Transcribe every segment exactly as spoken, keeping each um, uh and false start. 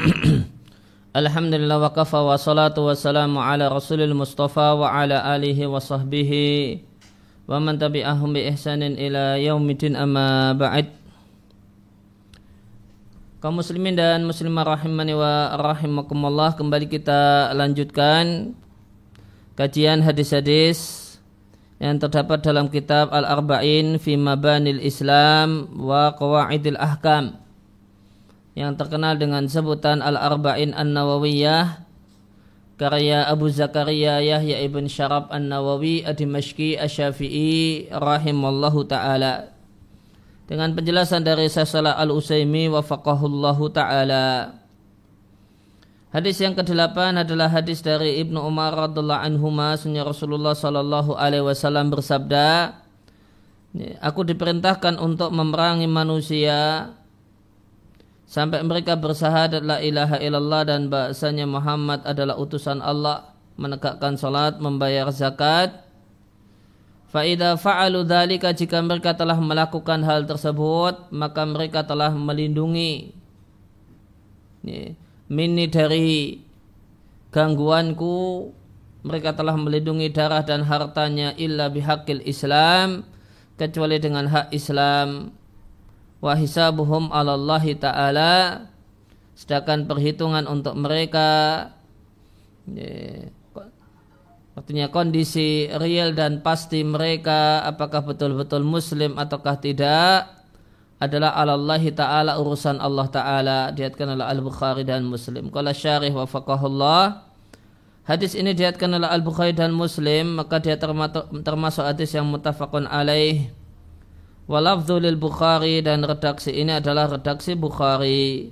Alhamdulillah wa kafa wa salatu wa salamu ala rasulil mustafa wa ala alihi wa sahbihi wa man tabi'ahum bi ihsanin ila yaumidin amma ba'id. Kaum muslimin dan muslimah rahimani wa rahimakumullah, kembali kita lanjutkan kajian hadis-hadis yang terdapat dalam kitab Al-Arba'in fi Mabanil Islam wa Qawaidil Ahkam, yang terkenal dengan sebutan Al-Arba'in An-Nawawiyah, karya Abu Zakaria Yahya ibn Syarab An-Nawawi Ad-Dimashqi Asy-Syafi'i rahimallahu ta'ala, dengan penjelasan dari Syaikh Al-Utsaimin wafaqahullahu ta'ala. Hadis yang kedelapan adalah hadis dari Ibnu Umar radhiyallahu anhuma, sunnya Rasulullah sallallahu alaihi wasallam bersabda, aku diperintahkan untuk memerangi manusia sampai mereka bersahadat la ilaha illallah dan bahasanya Muhammad adalah utusan Allah, menegakkan salat, membayar zakat. Fa idza fa'alu dzalika, jika mereka telah melakukan hal tersebut, maka mereka telah melindungi minni dari gangguanku, mereka telah melindungi darah dan hartanya illa bihaqqil Islam, kecuali dengan hak Islam. Wa hisabuhum 'alallahi ta'ala, sedangkan perhitungan untuk mereka, ya, artinya kondisi real dan pasti mereka apakah betul-betul muslim ataukah tidak, adalah 'alallahi ta'ala, urusan Allah Ta'ala. Diriatkan oleh Al-Bukhari dan Muslim. Qala syarih wa faqahullah, hadis ini diriatkan oleh Al-Bukhari dan Muslim, maka dia termasuk, termasuk hadis yang muttafaqun alaih. Wa lafdhu lil Bukhari, dan redaksi ini adalah redaksi Bukhari.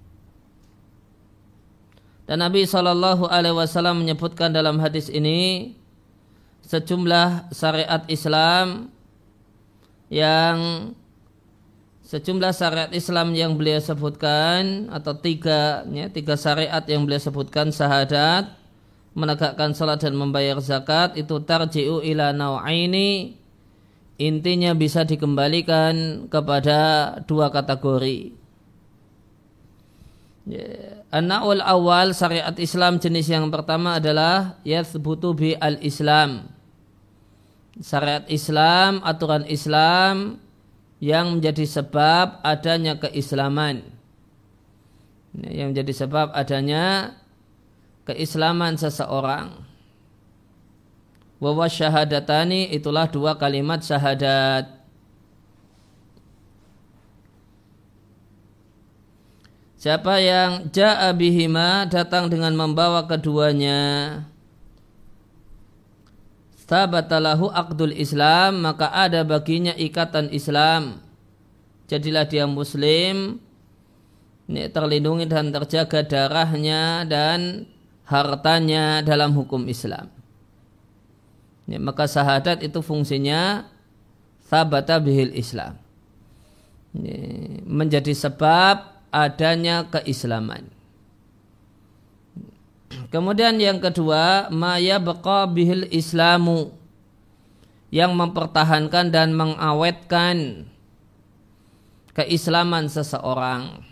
Dan Nabi sallallahu alaihi wasallam menyebutkan dalam hadis ini sejumlah syariat Islam yang sejumlah syariat Islam yang beliau sebutkan, atau tiga, ya, tiga syariat yang beliau sebutkan, syahadat, menegakkan salat dan membayar zakat, itu tarji'u ila nau'aini, intinya bisa dikembalikan kepada dua kategori. Ya. An-na'ul awal, syariat Islam jenis yang pertama adalah yathbutu bi al-Islam, syariat Islam, aturan Islam yang menjadi sebab adanya keislaman, yang menjadi sebab adanya keislaman seseorang. Wa wa syahadatani, itulah dua kalimat syahadat. Siapa yang ja'a bihima, datang dengan membawa keduanya, sabatalahu aqdul Islam, maka ada baginya ikatan Islam, jadilah dia muslim, ini terlindungi dan terjaga darahnya dan hartanya dalam hukum Islam. Ini, maka syahadat itu fungsinya sabata bihil Islam, ini menjadi sebab adanya keislaman. Kemudian yang kedua, ma yabqa bihil Islamu, yang mempertahankan dan mengawetkan keislaman seseorang.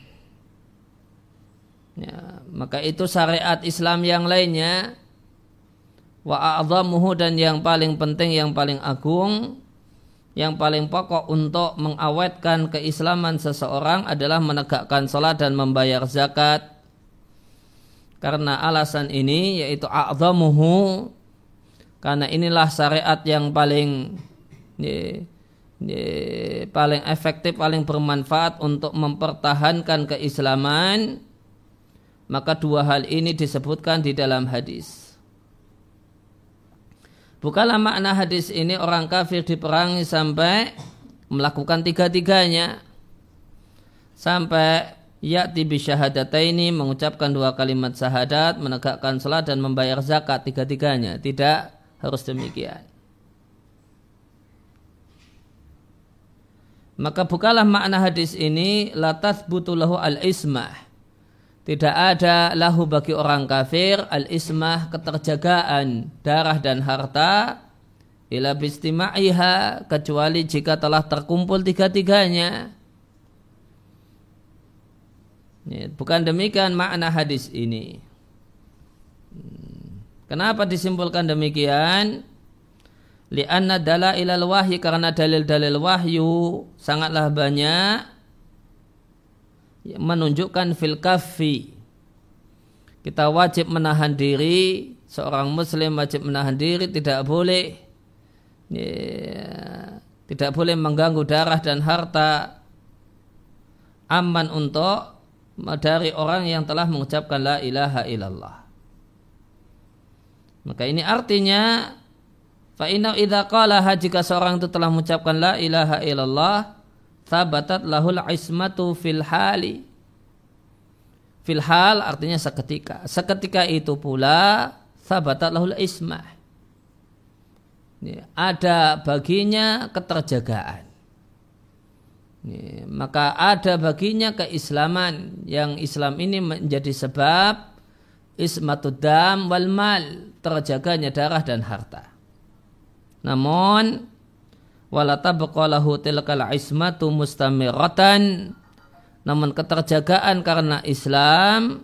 Ya, maka itu syariat Islam yang lainnya. Wa a'zamuhu, dan yang paling penting, yang paling agung, yang paling pokok untuk mengawetkan keislaman seseorang adalah menegakkan salat dan membayar zakat. Karena alasan ini, yaitu a'zamuhu, karena inilah syariat yang paling ye, ye, paling efektif, paling bermanfaat untuk mempertahankan keislaman, maka dua hal ini disebutkan di dalam hadis. Bukanlah makna hadis ini orang kafir diperangi sampai melakukan tiga-tiganya, sampai ya'ti bi syahadataini, mengucapkan dua kalimat syahadat, menegakkan salat dan membayar zakat, tiga-tiganya. Tidak harus demikian. Maka bukalah makna hadis ini la tathbutu lahu al-ismah, tidak ada lahu bagi orang kafir al-ismah, keterjagaan darah dan harta, ila bistima'iha, kecuali jika telah terkumpul tiga-tiganya. Ya, bukan demikian makna hadis ini. Kenapa disimpulkan demikian? Li'anna dalailal wahyi, karena dalil-dalil wahyu sangatlah banyak menunjukkan fil kaffi. Kita wajib menahan diri, seorang muslim wajib menahan diri, tidak boleh ya, tidak boleh mengganggu darah dan harta, aman untuk dari orang yang telah mengucapkan la ilaha illallah. Maka ini artinya fa inna idza qalaha, jika seorang itu telah mengucapkan la ilaha illallah, thabatat lahul ismatu fil hali. Fil hal artinya seketika. Seketika itu pula thabatat lahul ismah. Ada baginya keterjagaan. Maka ada baginya keislaman, yang Islam ini menjadi sebab ismatud dam wal mal, terjaganya darah dan harta. Namun wala tabqa lahu tilkal ismatu mustamiratan, namun keterjagaan karena Islam,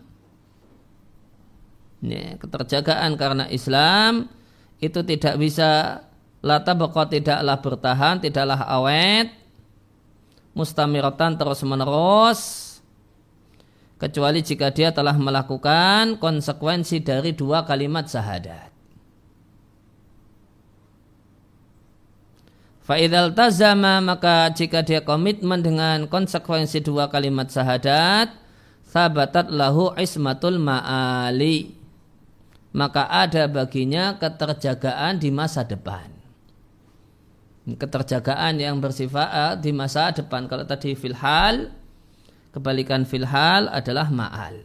ya, keterjagaan karena Islam itu tidak bisa, la tabqa, tidaklah bertahan, tidaklah awet, mustamiratan, terus menerus, kecuali jika dia telah melakukan konsekuensi dari dua kalimat syahadat. Fa'idhal tazama, maka jika dia komitmen dengan konsekuensi dua kalimat syahadat, thabatat lahu ismatul ma'ali, maka ada baginya keterjagaan di masa depan. Keterjagaan yang bersifat di masa depan. Kalau tadi filhal, kebalikan filhal adalah ma'al.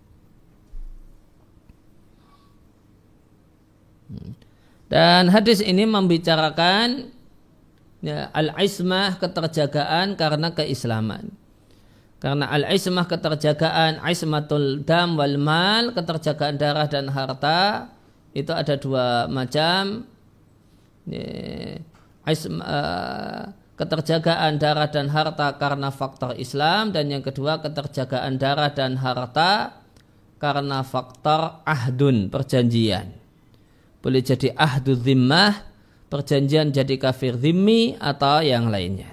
Dan hadis ini membicarakan ya, al-ismah, keterjagaan karena keislaman. Karena al-ismah, keterjagaan, ismatul dam wal mal, keterjagaan darah dan harta, itu ada dua macam. Ya, ismah, uh, keterjagaan darah dan harta karena faktor Islam, dan yang kedua keterjagaan darah dan harta karena faktor ahdun, perjanjian. Boleh jadi ahdu zimmah, perjanjian jadi kafir zimmi, atau yang lainnya.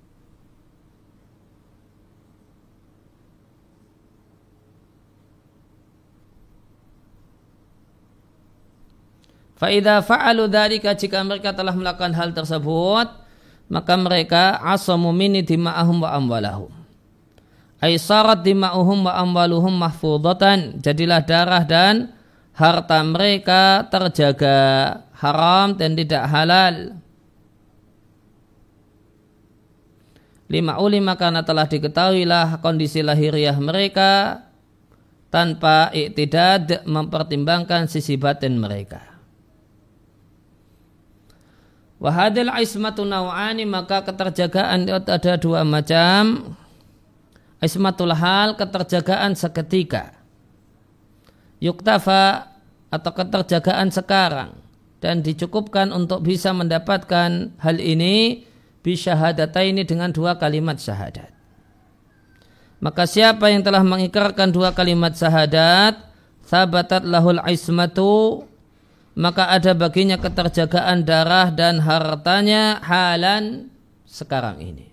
Fa'idha fa'alu dzalika, jika mereka telah melakukan hal tersebut, maka mereka asamu minni dima'ahum wa amwalahum. Ay sarat dima'uhum wa amwaluhum mahfudatan, jadilah darah dan harta mereka terjaga, haram dan tidak halal. Lima ulima, karena telah diketahuilah kondisi lahiriah mereka tanpa iktidad, mempertimbangkan sisi batin mereka. Wahadil ismatu naw'ani, maka keterjagaan itu ada dua macam. Ismatul hal, keterjagaan seketika. Yuktafa, atau keterjagaan sekarang, dan dicukupkan untuk bisa mendapatkan hal ini bisyahadataini, dengan dua kalimat syahadat. Maka siapa yang telah mengikrarkan dua kalimat syahadat, thabatat lahul ismatu, maka ada baginya keterjagaan darah dan hartanya halan, sekarang ini.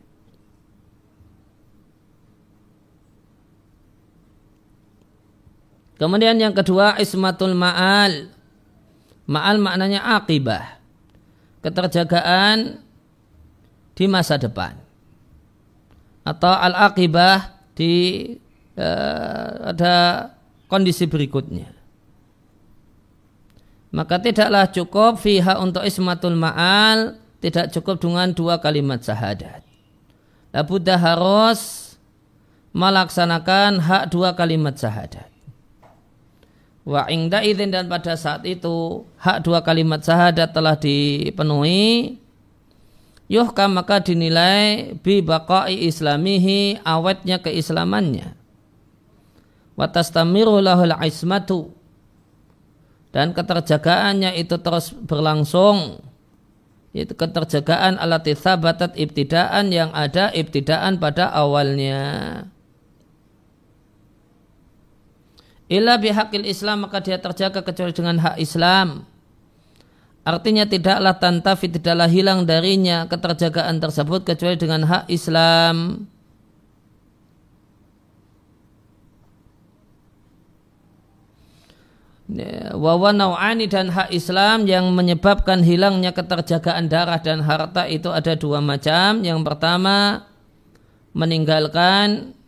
Kemudian yang kedua ismatul ma'al. Ma'al maknanya aqibah, keterjagaan di masa depan, atau al-aqibah di uh, ada kondisi berikutnya. Maka tidaklah cukup fiha untuk ismatul ma'al, tidak cukup dengan dua kalimat syahadat. Labudda, harus melaksanakan hak dua kalimat syahadat. Wa ingda idzin, dan pada saat itu hak dua kalimat syahadat telah dipenuhi, yuhkam, maka dinilai bi baqai islamihi, awetnya keislamannya. Wa tastamiru lahul ismatu, dan keterjagaannya itu terus berlangsung, yaitu keterjagaan alati thabatat ibtidaan, yang ada ibtidaan pada awalnya. illa bihaqil Islam, maka dia terjaga kecuali dengan hak Islam. Artinya tidaklah tantafi, tidaklah hilang darinya keterjagaan tersebut kecuali dengan hak Islam. Wa naw'ani, dan hak Islam yang menyebabkan hilangnya keterjagaan darah dan harta itu ada dua macam. Yang pertama, meninggalkan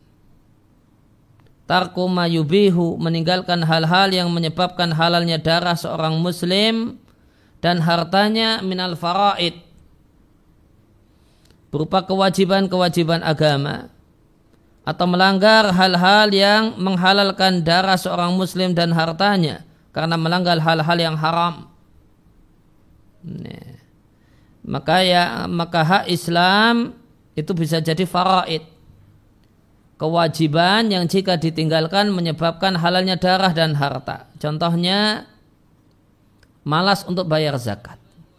tarku mayubihu, meninggalkan hal-hal yang menyebabkan halalnya darah seorang muslim dan hartanya minal faraid, berupa kewajiban-kewajiban agama, atau melanggar hal-hal yang menghalalkan darah seorang muslim dan hartanya karena melanggar hal-hal yang haram. Nah, maka ya maka hak Islam itu bisa jadi faraid, kewajiban yang jika ditinggalkan menyebabkan halalnya darah dan harta. Contohnya malas untuk bayar zakat,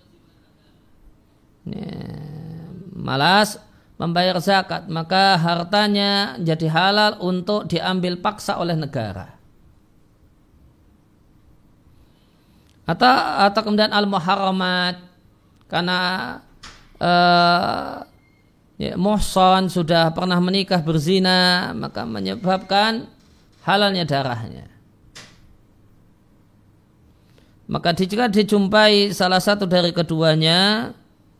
malas membayar zakat, maka hartanya jadi halal untuk diambil paksa oleh negara. Atau, atau kemudian al-muharramat, karena uh, ya, muhsan sudah pernah menikah berzina, maka menyebabkan halalnya darahnya. Maka jika dijumpai salah satu dari keduanya,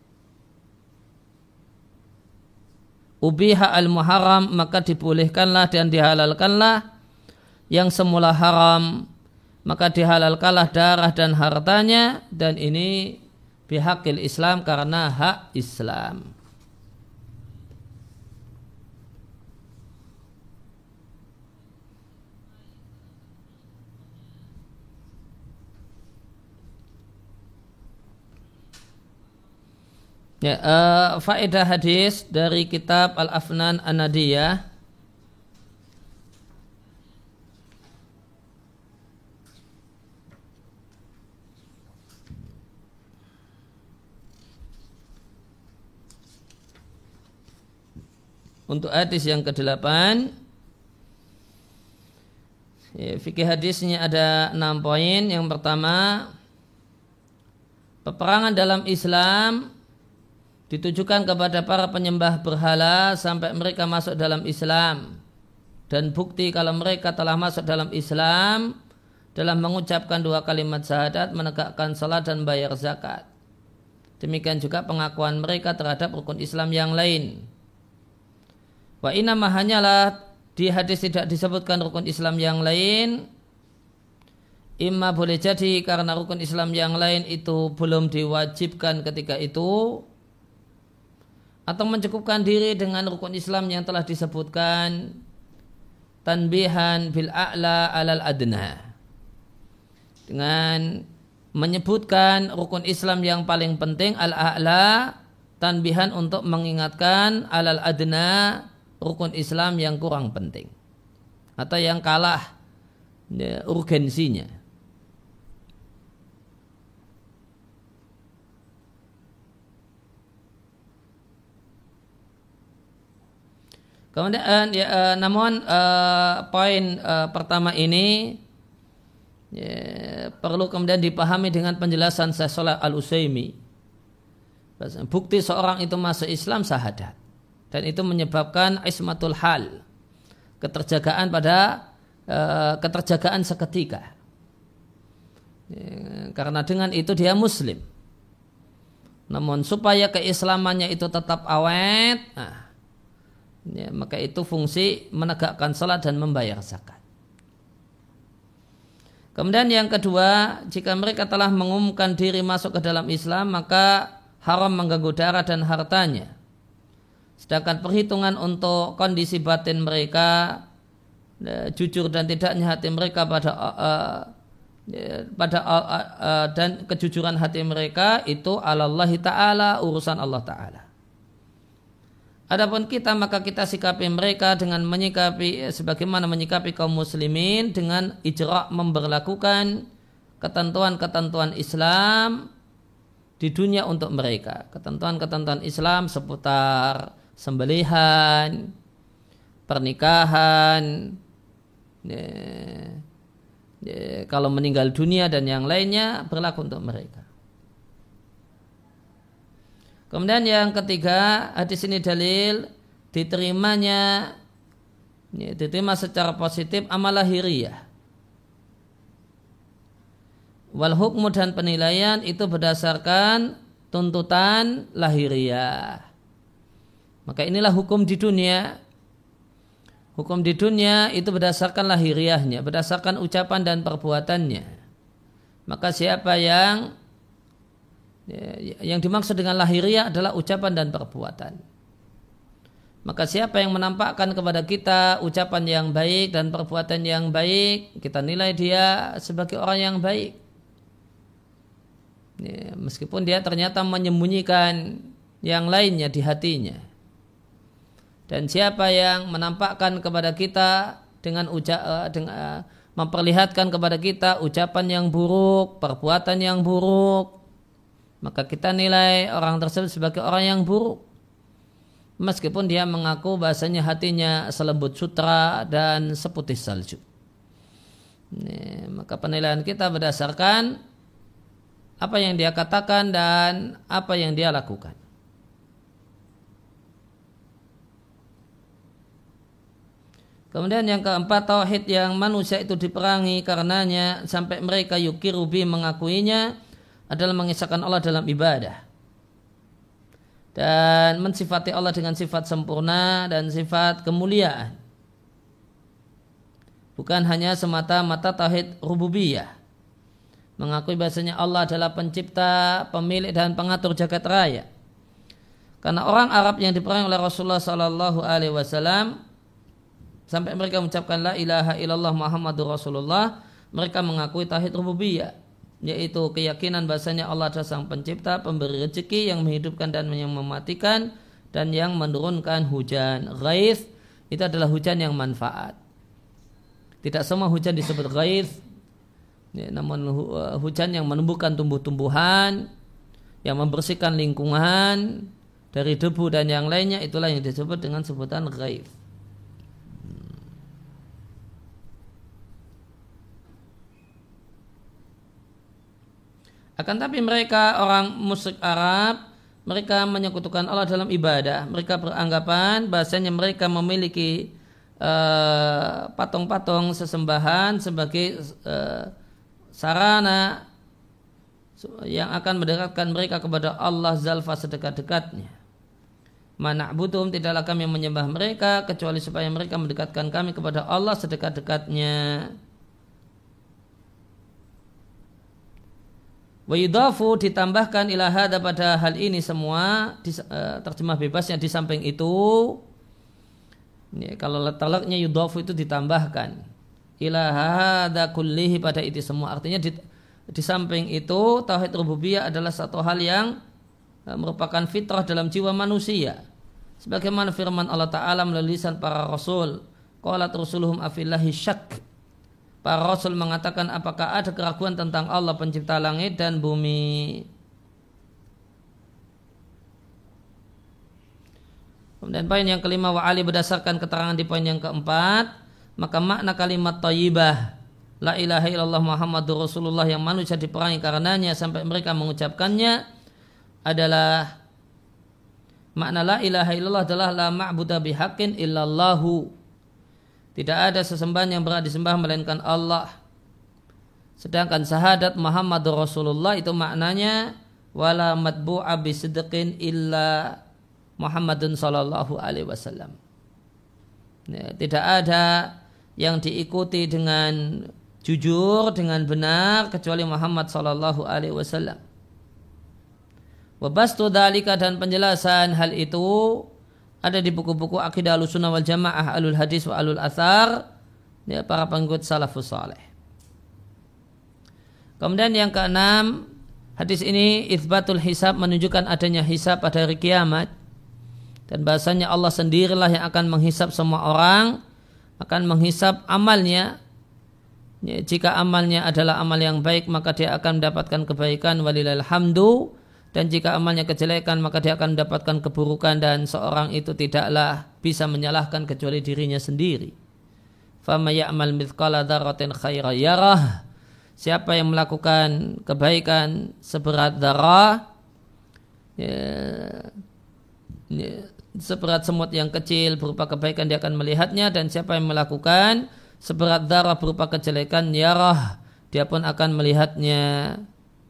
ubiha al-muharram, maka dibolehkanlah dan dihalalkanlah yang semula haram, maka dihalalkanlah darah dan hartanya, dan ini bihaqil Islam, karena hak Islam. Ya, uh, faedah hadis dari kitab Al-Afnan An-Nadiyah. Untuk hadis yang kedelapan, ya, fikih hadisnya ada enam poin. Yang pertama, peperangan dalam Islam ditujukan kepada para penyembah berhala sampai mereka masuk dalam Islam, dan bukti kalau mereka telah masuk dalam Islam dalam mengucapkan dua kalimat syahadat, menegakkan salat dan bayar zakat. Demikian juga pengakuan mereka terhadap rukun Islam yang lain. Wa inama, hanyalah di hadis tidak disebutkan rukun Islam yang lain, imma boleh jadi karena rukun Islam yang lain itu belum diwajibkan ketika itu, atau mencukupkan diri dengan rukun Islam yang telah disebutkan, tanbihan bil a'la alal adna, dengan menyebutkan rukun Islam yang paling penting al-a'la, tanbihan untuk mengingatkan alal adna, rukun Islam yang kurang penting atau yang kalah ya, urgensinya. Kemudian ya, uh, namun uh, poin uh, pertama ini ya, perlu kemudian dipahami dengan penjelasan Syekh Shalih Al-Utsaimin. Bukti seorang itu masuk Islam syahadat, dan itu menyebabkan ismatul hal, keterjagaan pada uh, keterjagaan seketika. Ya, karena dengan itu dia muslim. Namun supaya keislamannya itu tetap awet, nah, ya, maka itu fungsi menegakkan salat dan membayar zakat. Kemudian yang kedua, jika mereka telah mengumumkan diri masuk ke dalam Islam, maka haram mengganggu darah dan hartanya. Sedangkan perhitungan untuk kondisi batin mereka, ya, jujur dan tidaknya hati mereka pada uh, ya, pada uh, uh, dan kejujuran hati mereka itu alallahi ta'ala, urusan Allah Ta'ala. Adapun kita, maka kita sikapi mereka dengan menyikapi sebagaimana menyikapi kaum muslimin, dengan ijra' memberlakukan ketentuan-ketentuan Islam di dunia untuk mereka. Ketentuan-ketentuan Islam seputar sembelihan, pernikahan, ya, ya, kalau meninggal dunia dan yang lainnya berlaku untuk mereka. Kemudian yang ketiga, hadis ini dalil diterimanya, ya, diterima secara positif amal lahiriah. Wal hukmu dan penilaian itu berdasarkan tuntutan lahiriah. Maka inilah hukum di dunia. Hukum di dunia itu berdasarkan lahiriahnya, berdasarkan ucapan dan perbuatannya. Maka siapa yang yang dimaksud dengan lahiriah adalah ucapan dan perbuatan. Maka siapa yang menampakkan kepada kita ucapan yang baik dan perbuatan yang baik, kita nilai dia sebagai orang yang baik. Ya, meskipun dia ternyata menyembunyikan yang lainnya di hatinya. Dan siapa yang menampakkan kepada kita dengan uca- dengan memperlihatkan kepada kita ucapan yang buruk, perbuatan yang buruk, maka kita nilai orang tersebut sebagai orang yang buruk. Meskipun dia mengaku bahasanya hatinya selembut sutra dan seputih salju. Ini, maka penilaian kita berdasarkan apa yang dia katakan dan apa yang dia lakukan. Kemudian yang keempat, tauhid yang manusia itu diperangi karenanya sampai mereka yukirubi mengakuinya adalah mengisahkan Allah dalam ibadah dan mensifati Allah dengan sifat sempurna dan sifat kemuliaan. Bukan hanya semata-mata tauhid rububiyah, mengakui bahasanya Allah adalah pencipta, pemilik dan pengatur jagat raya. Karena orang Arab yang diperangi oleh Rasulullah Sallallahu Alaihi Wasallam sampai mereka mengucapkan la ilaha illallah Muhammadur Rasulullah, mereka mengakui tauhid rububiyah, yaitu keyakinan bahasanya Allah adalah sang pencipta, pemberi rezeki, yang menghidupkan dan yang mematikan, dan yang menurunkan hujan. Ghaith itu adalah hujan yang manfaat. Tidak semua hujan disebut ghaith, ya, namun hujan yang menumbuhkan tumbuh-tumbuhan, yang membersihkan lingkungan dari debu dan yang lainnya, itulah yang disebut dengan sebutan ghaith. Akan tapi mereka orang musyrik Arab, mereka menyekutukan Allah dalam ibadah. Mereka beranggapan bahasanya mereka memiliki uh, patung-patung sesembahan sebagai uh, sarana yang akan mendekatkan mereka kepada Allah zalfa sedekat-dekatnya. Mana'buduhum, tidaklah kami menyembah mereka kecuali supaya mereka mendekatkan kami kepada Allah sedekat-dekatnya. Wa yudafu, ditambahkan ila hadza, pada hal ini semua di, uh, terjemah bebasnya di samping itu, ini, kalau letaknya yudafu itu ditambahkan ila hadza kullihi, pada itu semua, artinya di, di samping itu tauhid rububiyah adalah satu hal yang uh, merupakan fitrah dalam jiwa manusia, sebagaimana firman Allah Ta'ala melalui lisan para rasul, qalat rusuluhum afillahi syak, para rasul mengatakan apakah ada keraguan tentang Allah pencipta langit dan bumi. Kemudian poin yang kelima, wa ali, berdasarkan keterangan di poin yang keempat, maka makna kalimat thayyibah la ilaha illallah Muhammadur Rasulullah yang manusia diperangi karenanya sampai mereka mengucapkannya adalah makna la ilaha illallah adalah la ma'buda bihaqqin illallahu, tidak ada sesembahan yang berhak disembah melainkan Allah. Sedangkan syahadat Muhammadur Rasulullah itu maknanya wala matbu'a bisidqin illa Muhammadun sallallahu alaihi wasallam. Ya, tidak ada yang diikuti dengan jujur, dengan benar kecuali Muhammad sallallahu alaihi wasallam. Wa bastu dzalika, dan penjelasan hal itu ada di buku-buku akidah Ahlussunnah wal Jamaah, Ahlul Hadis wa Ahlul Athar, ya, para pengikut salafus saleh. Kemudian yang keenam, hadis ini itsbatul hisab, menunjukkan adanya hisab pada hari kiamat, dan bahasanya Allah sendirilah yang akan menghisab semua orang, akan menghisab amalnya. Ya, jika amalnya adalah amal yang baik, maka dia akan mendapatkan kebaikan, walillahil hamdu. Dan jika amalnya kejelekan, maka dia akan mendapatkan keburukan, dan seorang itu tidaklah bisa menyalahkan kecuali dirinya sendiri. Fama ya'mal mithqala dzarratin khairan yarah, siapa yang melakukan kebaikan seberat darah, ya, ya, seberat semut yang kecil berupa kebaikan dia akan melihatnya, dan siapa yang melakukan seberat darah berupa kejelekan yarah, dia pun akan melihatnya.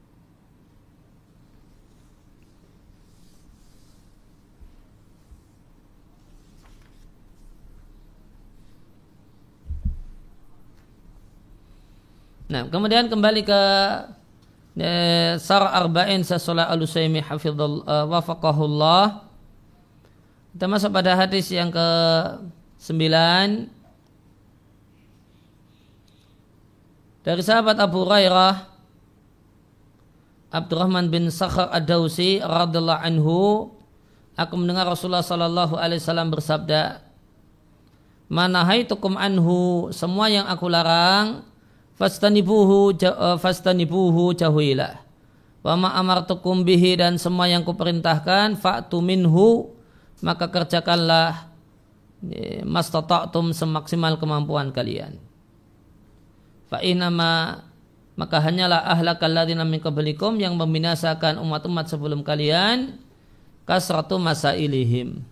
Nah, kemudian kembali ke eh, Sar Arba'in Sasolah Al-Usaimi hafidhul uh, wafaqahullah. Kita masuk pada hadis yang ke sembilan dari sahabat Abu Hurairah Abdurrahman bin Sakhar Ad-Dawsi radhiyallahu anhu, aku mendengar Rasulullah sallallahu alaihi wasallam bersabda, "Manahaitukum anhu, semua yang aku larang, fastanibuhu fastanibuhu jauhilah. Wa ma amartukum bihi, dan semua yang kuperintahkan, fa'tu minhu, maka kerjakanlah mastata'tum, semaksimal kemampuan kalian. Fa inama, maka hanyalah ahlakal ladzina min qablikum, yang membinasakan umat-umat sebelum kalian, kasratu masailihim,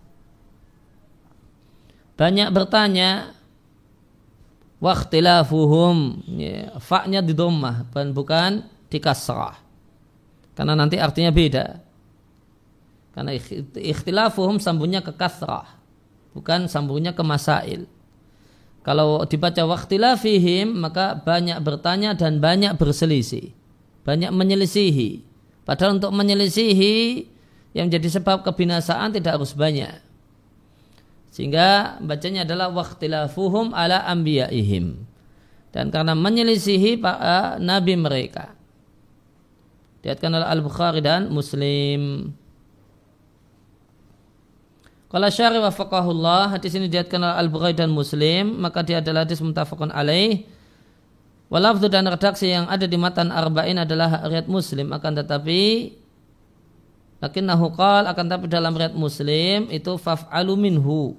banyak bertanya, wa ikhtilafuhum, ya, fa-nya di dhammah dan bukan di kasrah, karena nanti artinya beda. Karena ikhtilafuhum sambungnya ke kasrah, bukan sambungnya ke masail. Kalau dibaca wa ikhtilafihim, maka banyak bertanya dan banyak berselisih, banyak menyelisihi. Padahal untuk menyelisihi yang menjadi sebab kebinasaan tidak harus banyak. Sehingga bacanya adalah waqtilafuhum ala anbiyaihim, dan karena menyelisihi para nabi mereka. Diriwayatkan oleh Al-Bukhari dan Muslim. Qala syarih wafaqahullah, hadis ini diriwayatkan oleh Al-Bukhari dan Muslim, maka dia adalah hadis muttafaqun alaih. Walafdhu, dan redaksi yang ada di matan Arba'in adalah riwayat Muslim, akan tetapi lakinnahu qala, akan tetapi dalam riwayat Muslim itu faf'alu minhu.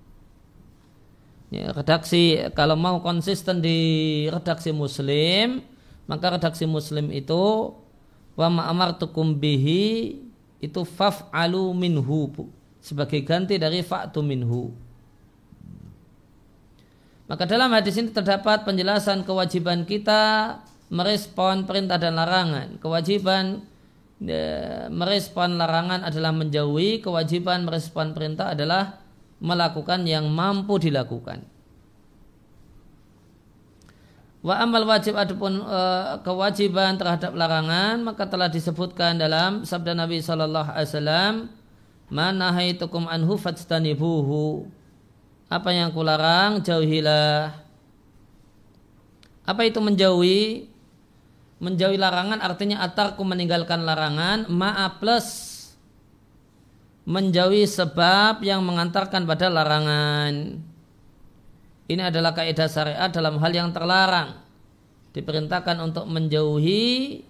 Ya, redaksi, kalau mau konsisten di redaksi Muslim, maka redaksi Muslim itu wa ma amartukum bihi, itu faf'alu minhu, sebagai ganti dari fa'tu minhu. Maka dalam hadis ini terdapat penjelasan kewajiban kita merespon perintah dan larangan. Kewajiban ya, merespon larangan adalah menjauhi, kewajiban merespon perintah adalah melakukan yang mampu dilakukan. Wa amal wajib, adapun e, kewajiban terhadap larangan, maka telah disebutkan dalam sabda Nabi sallallahu alaihi wasallam, "Manahaitukum anhu fajtanibuhu." Apa yang kularang, jauhilah. Apa itu menjauhi? Menjauhi larangan artinya atarku, meninggalkan larangan, ma'a plus menjauhi sebab yang mengantarkan pada larangan. Ini adalah kaidah syariat dalam hal yang terlarang. Diperintahkan untuk menjauhi,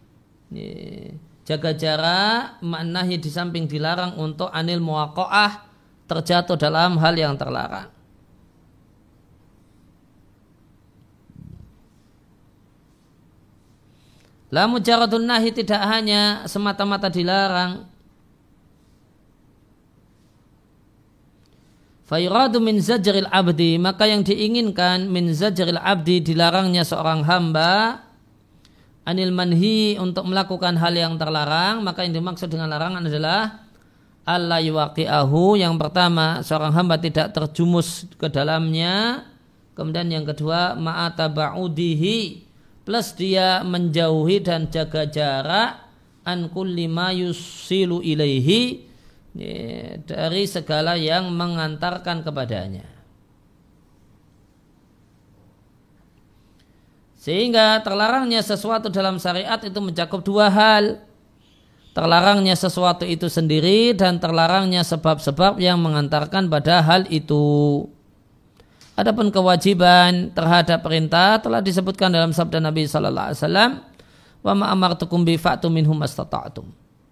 jaga jarak, maknahi di samping dilarang untuk anil muwaqa'ah, terjatuh dalam hal yang terlarang. La mujaradun nahi, tidak hanya semata-mata dilarang. Fayradu min zajril abdi, maka yang diinginkan min zajril abdi, dilarangnya seorang hamba, anil manhi, untuk melakukan hal yang terlarang. Maka yang dimaksud dengan larangan adalah alla yuwaqi'ahu, yang pertama seorang hamba tidak terjumus ke dalamnya, kemudian yang kedua ma'ataba'udihi, plus dia menjauhi dan jaga jarak an kulli ma yusilu ilaihi, dari segala yang mengantarkan kepadanya. Sehingga terlarangnya sesuatu dalam syariat itu mencakup dua hal. Terlarangnya sesuatu itu sendiri dan terlarangnya sebab-sebab yang mengantarkan pada hal itu. Adapun kewajiban terhadap perintah telah disebutkan dalam sabda Nabi sallallahu alaihi wasallam, "Wa ma amartukum bi fa'tu minhum mastata'tum."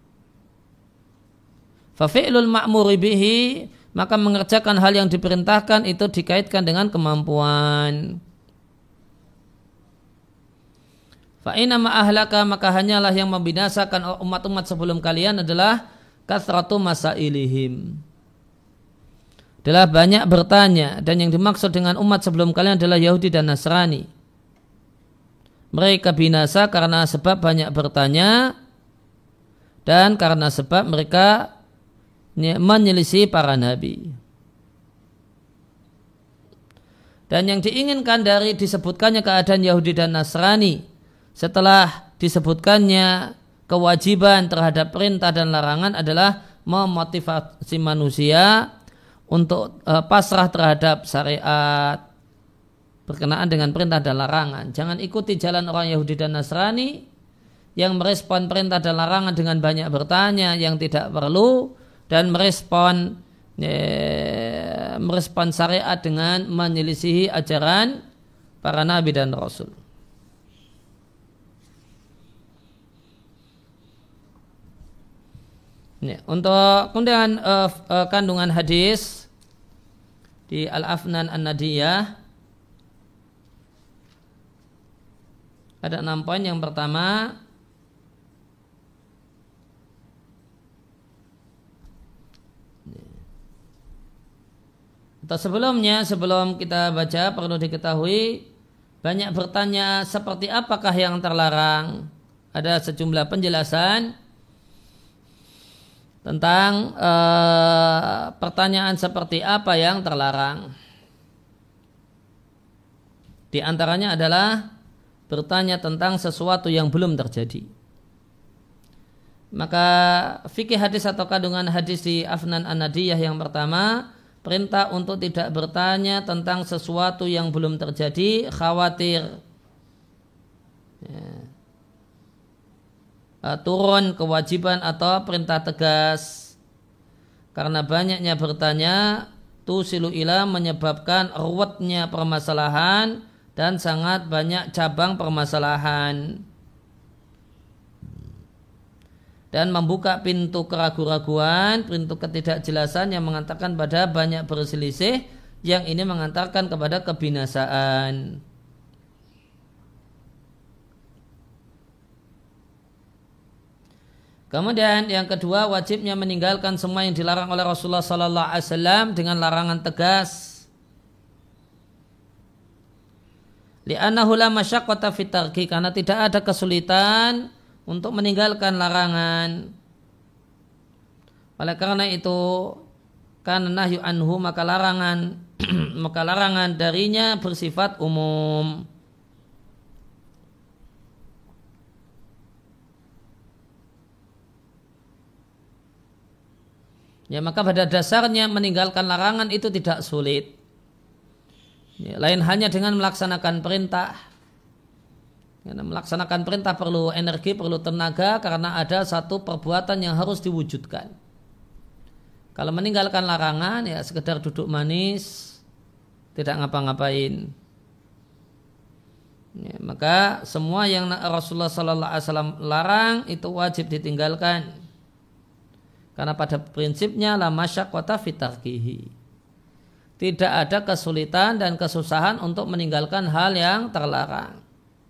Fa fi'lul ma'muri bihi, maka mengerjakan hal yang diperintahkan itu dikaitkan dengan kemampuan. Fa inna ma ahlaka, maka hanyalah yang membinasakan umat-umat sebelum kalian adalah kathratu masailihim, adalah banyak bertanya, dan yang dimaksud dengan umat sebelum kalian adalah Yahudi dan Nasrani. Mereka binasa karena sebab banyak bertanya dan karena sebab mereka menyelisih para nabi. Dan yang diinginkan dari disebutkannya keadaan Yahudi dan Nasrani setelah disebutkannya kewajiban terhadap perintah dan larangan adalah memotivasi manusia untuk uh, pasrah terhadap syariat berkenaan dengan perintah dan larangan. Jangan ikuti jalan orang Yahudi dan Nasrani yang merespon perintah dan larangan dengan banyak bertanya yang tidak perlu, dan merespon eh, merespon syariat dengan menyelisihi ajaran para nabi dan rasul. Ya, untuk kemudian uh, uh, kandungan hadis di Al-Afnan An-Nadiyah ada enam poin. Yang pertama, atau sebelumnya sebelum kita baca perlu diketahui banyak bertanya seperti apakah yang terlarang. Ada sejumlah penjelasan tentang uh, pertanyaan seperti apa yang terlarang. Di antaranya adalah bertanya tentang sesuatu yang belum terjadi. Maka fikih hadis atau kandungan hadis di Afnan An-Nadiyah yang pertama, perintah untuk tidak bertanya tentang sesuatu yang belum terjadi, khawatir ya, Uh, turun kewajiban atau perintah tegas, karena banyaknya bertanya tusilu ila menyebabkan ruwetnya permasalahan dan sangat banyak cabang permasalahan, dan membuka pintu keraguan-raguan, pintu ketidakjelasan yang mengantarkan pada banyak berselisih, yang ini mengantarkan kepada kebinasaan. Kemudian yang kedua, wajibnya meninggalkan semua yang dilarang oleh Rasulullah sallallahu alaihi wasallam dengan larangan tegas. Li'annahu la masyaqqata fit tarki, karena tidak ada kesulitan untuk meninggalkan larangan. Oleh karena itu, karena nahyu anhu, maka larangan maka larangan darinya bersifat umum. Ya, maka pada dasarnya meninggalkan larangan itu tidak sulit. Ya, lain hanya dengan melaksanakan perintah. Karena melaksanakan perintah perlu energi, perlu tenaga, karena ada satu perbuatan yang harus diwujudkan. Kalau meninggalkan larangan, ya sekedar duduk manis, tidak ngapa-ngapain. Ya, maka semua yang Rasulullah sallallahu alaihi wasallam larang itu wajib ditinggalkan. Karena pada prinsipnya la masyaqqata fi tarkihi. Tidak ada kesulitan dan kesusahan untuk meninggalkan hal yang terlarang.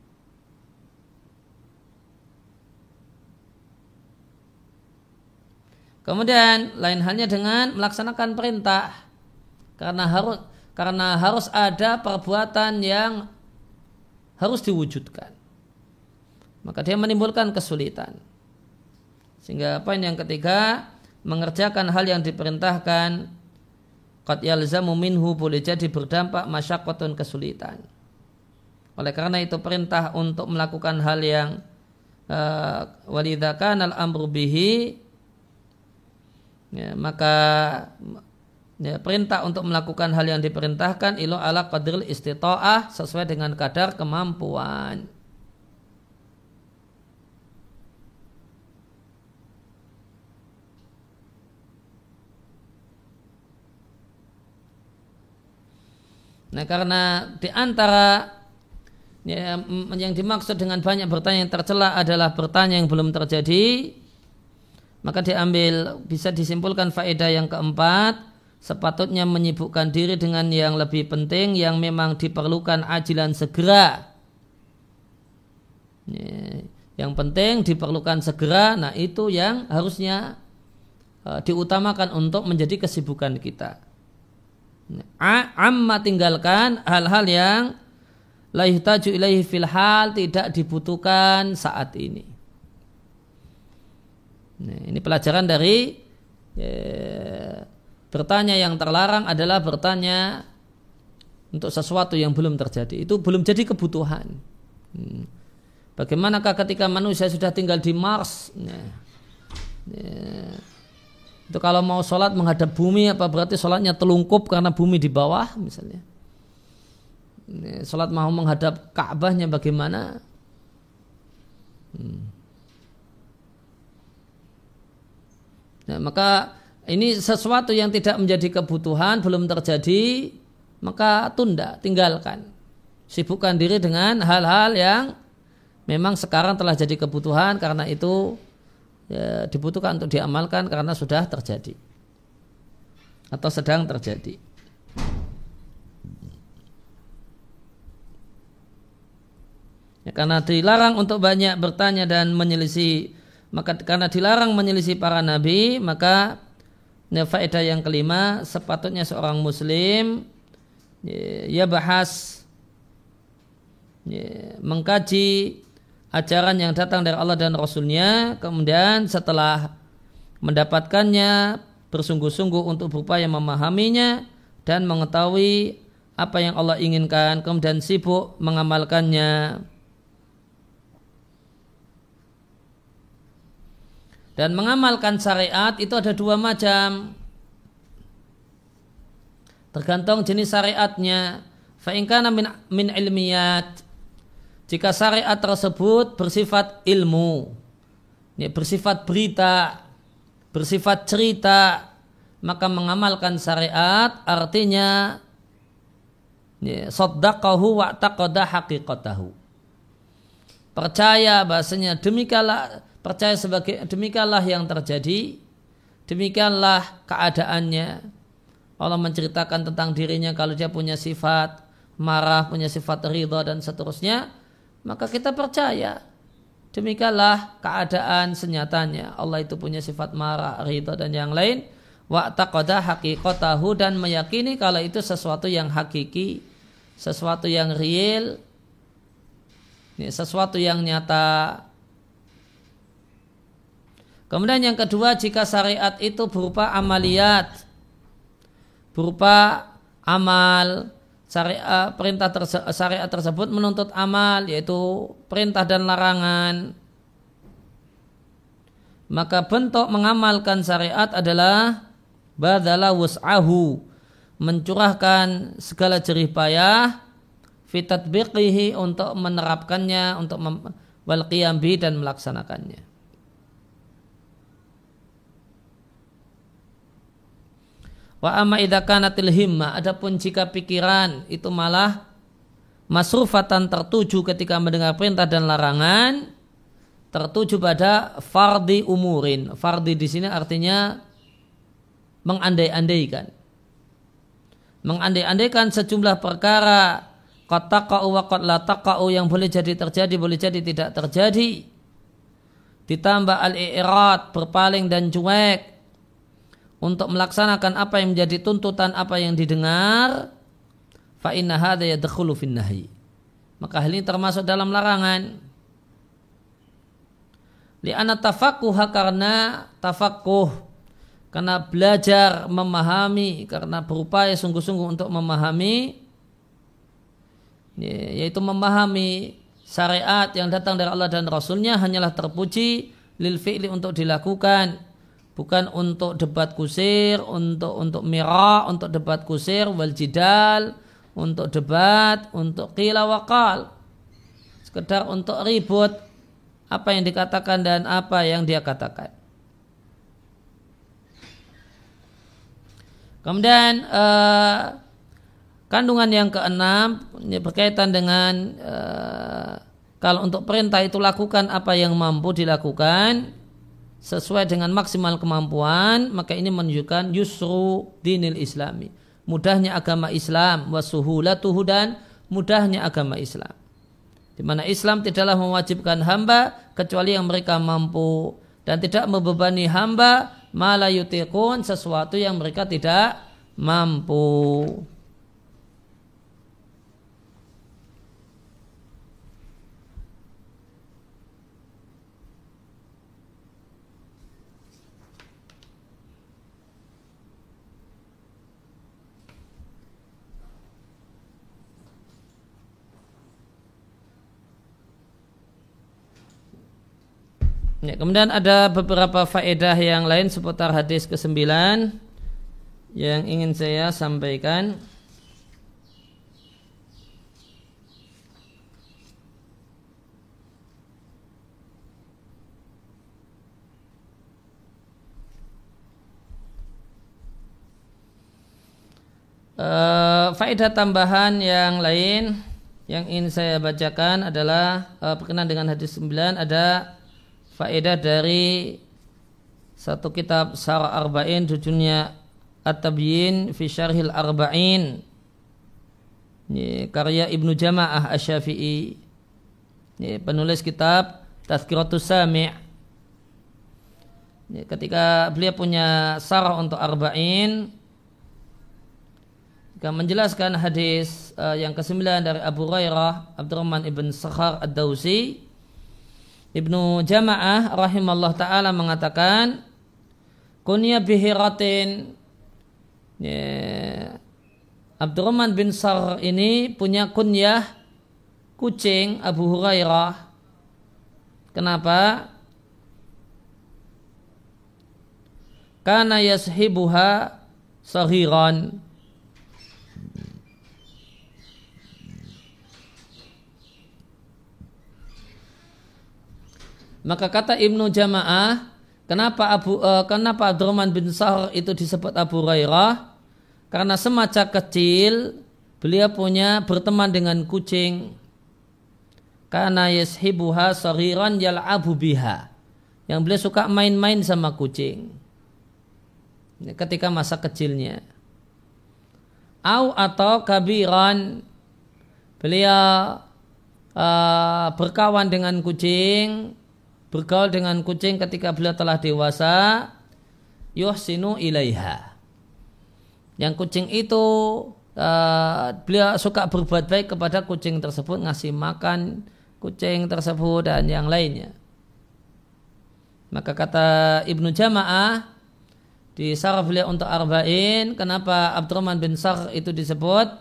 Kemudian lain halnya dengan melaksanakan perintah. Karena harus karena harus ada perbuatan yang harus diwujudkan. Maka dia menimbulkan kesulitan. Sehingga poin yang ketiga, mengerjakan hal yang diperintahkan qad yalzamu minhu, boleh jadi berdampak masyaqqatun, kesulitan. Oleh karena itu perintah untuk melakukan hal yang uh, walidza kana al-amru bihi, ya, maka ya, perintah untuk melakukan hal yang diperintahkan ilo ala qadril istita'ah, sesuai dengan kadar kemampuan. Nah, karena di antara ya, yang dimaksud dengan banyak bertanya yang tercela adalah bertanya yang belum terjadi, maka diambil, bisa disimpulkan faedah yang keempat, sepatutnya menyibukkan diri dengan yang lebih penting yang memang diperlukan ajilan segera. Yang penting diperlukan segera. Nah itu yang harusnya uh, diutamakan untuk menjadi kesibukan kita. Amma tinggalkan hal-hal yang la yuhtaju ilaihi fil hal, tidak dibutuhkan saat ini. Nah, ini pelajaran dari ya, bertanya yang terlarang adalah bertanya untuk sesuatu yang belum terjadi. Itu belum jadi kebutuhan. Hmm. Bagaimanakah ketika manusia sudah tinggal di Mars? Nah, ya, itu kalau mau sholat menghadap bumi, apa berarti sholatnya telungkup karena bumi di bawah misalnya. Ini, sholat mau menghadap Ka'bahnya bagaimana? Hmm. Nah, maka ini sesuatu yang tidak menjadi kebutuhan, belum terjadi, maka tunda, tinggalkan. Sibukkan diri dengan hal-hal yang memang sekarang telah jadi kebutuhan, karena itu ya, dibutuhkan untuk diamalkan karena sudah terjadi atau sedang terjadi. Ya, karena dilarang untuk banyak bertanya dan menyelisih, maka karena dilarang menyelisih para nabi, maka ya, faedah yang kelima, sepatutnya seorang muslim ya, ya bahas ya, mengkaji ajaran yang datang dari Allah dan Rasulnya, kemudian setelah mendapatkannya bersungguh-sungguh untuk berupaya memahaminya dan mengetahui apa yang Allah inginkan, kemudian sibuk mengamalkannya. Dan mengamalkan syariat itu ada dua macam, tergantung jenis syariatnya. Fa in kana min, min ilmiyat, jika syariat tersebut bersifat ilmu, ya, bersifat berita, bersifat cerita, maka mengamalkan syariat artinya ya, saddaqahu wa taqada haqiqatahu. Percaya bahasanya demikianlah, percaya sebagai demikianlah yang terjadi, demikianlah keadaannya. Allah menceritakan tentang dirinya kalau dia punya sifat marah, punya sifat ridha dan seterusnya, maka kita percaya demikianlah keadaan senyatanya. Allah itu punya sifat marah, ridha dan yang lain. Wa taqada haqiqatahu, dan meyakini kalau itu sesuatu yang hakiki, sesuatu yang real, sesuatu yang nyata. Kemudian yang kedua, jika syariat itu berupa amaliyat, berupa amal, syariat, perintah terse, syariat tersebut menuntut amal, yaitu perintah dan larangan, maka bentuk mengamalkan syariat adalah badala wus'ahu, mencurahkan segala jerih payah fi tatbiqihi, untuk menerapkannya, untuk mem- wal qiyam bi, dan melaksanakannya. Wa amma idza kanatil himma, adapun jika pikiran itu malah masrufatan, tertuju ketika mendengar perintah dan larangan, tertuju pada fardi umurin. Fardi di sini artinya mengandai-andaikan. Mengandai-andaikan sejumlah perkara, qad taqa'u wa qad la taqa'u, yang boleh jadi terjadi, boleh jadi tidak terjadi. Ditambah al-i'rad, berpaling dan cuek untuk melaksanakan apa yang menjadi tuntutan, apa yang didengar, fa inna hadza yadkhulu fin nahyi, maka hal ini termasuk dalam larangan. Li'anna tafaqquha, karena tafaqquh, karena belajar memahami, karena berupaya sungguh-sungguh untuk memahami, yaitu memahami syariat yang datang dari Allah dan Rasulnya, hanyalah terpuji lil fi'li, untuk dilakukan, bukan untuk debat kusir, untuk untuk mira, untuk debat kusir, wal jidal, untuk debat, untuk qila wa qal, sekedar untuk ribut apa yang dikatakan dan apa yang dia katakan. Kemudian eh, kandungan yang keenam berkaitan dengan eh, kalau untuk perintah itu lakukan apa yang mampu dilakukan sesuai dengan maksimal kemampuan, maka ini menunjukkan yusru dinil islami, mudahnya agama Islam, wa suhulatuhu, dan mudahnya agama Islam. di mana Islam tidaklah mewajibkan hamba kecuali yang mereka mampu dan tidak membebani hamba ma la yutiqun, sesuatu yang mereka tidak mampu. Ya, kemudian ada beberapa faedah yang lain seputar hadis kesembilan yang ingin saya sampaikan. Uh, faedah tambahan yang lain yang ingin saya bacakan adalah uh, berkenaan dengan hadis sembilan, ada faedah dari satu kitab Syarah Arba'in, judulnya At-Tabyin fi Syarhil Arba'in, ini karya Ibnu Jama'ah Asy-Syafi'i, ini penulis kitab Tazkiratus Sami'. Ini ketika beliau punya syarah untuk Arba'in, jika menjelaskan hadis uh, yang kesembilan dari Abu Hurairah Abdurrahman ibn Sakhar Ad-Dawsi, Ibnu Jama'ah rahimallahu ta'ala mengatakan kunya bihiratin, ya, Abdurrahman bin Sakhar ini punya kunyah kucing Abu Hurairah. Kenapa? Kana yashibuha saghiran, maka kata Ibnu Jama'ah, kenapa Abu uh, kenapa Abdurrahman bin Sakhar itu disebut Abu Hurairah? Karena semasa kecil beliau punya berteman dengan kucing. Kana yashibuha saghiran yal'abu biha, yang beliau suka main-main sama kucing ketika masa kecilnya. Au atau kabiran, beliau uh, berkawan dengan kucing, bergaul dengan kucing ketika beliau telah dewasa, yuhsinu ilaiha, yang kucing itu uh, beliau suka berbuat baik kepada kucing tersebut, ngasih makan kucing tersebut dan yang lainnya. Maka kata Ibnu Jama'ah di syarah beliau untuk Arba'in, kenapa Abdurrahman bin Sakhar itu disebut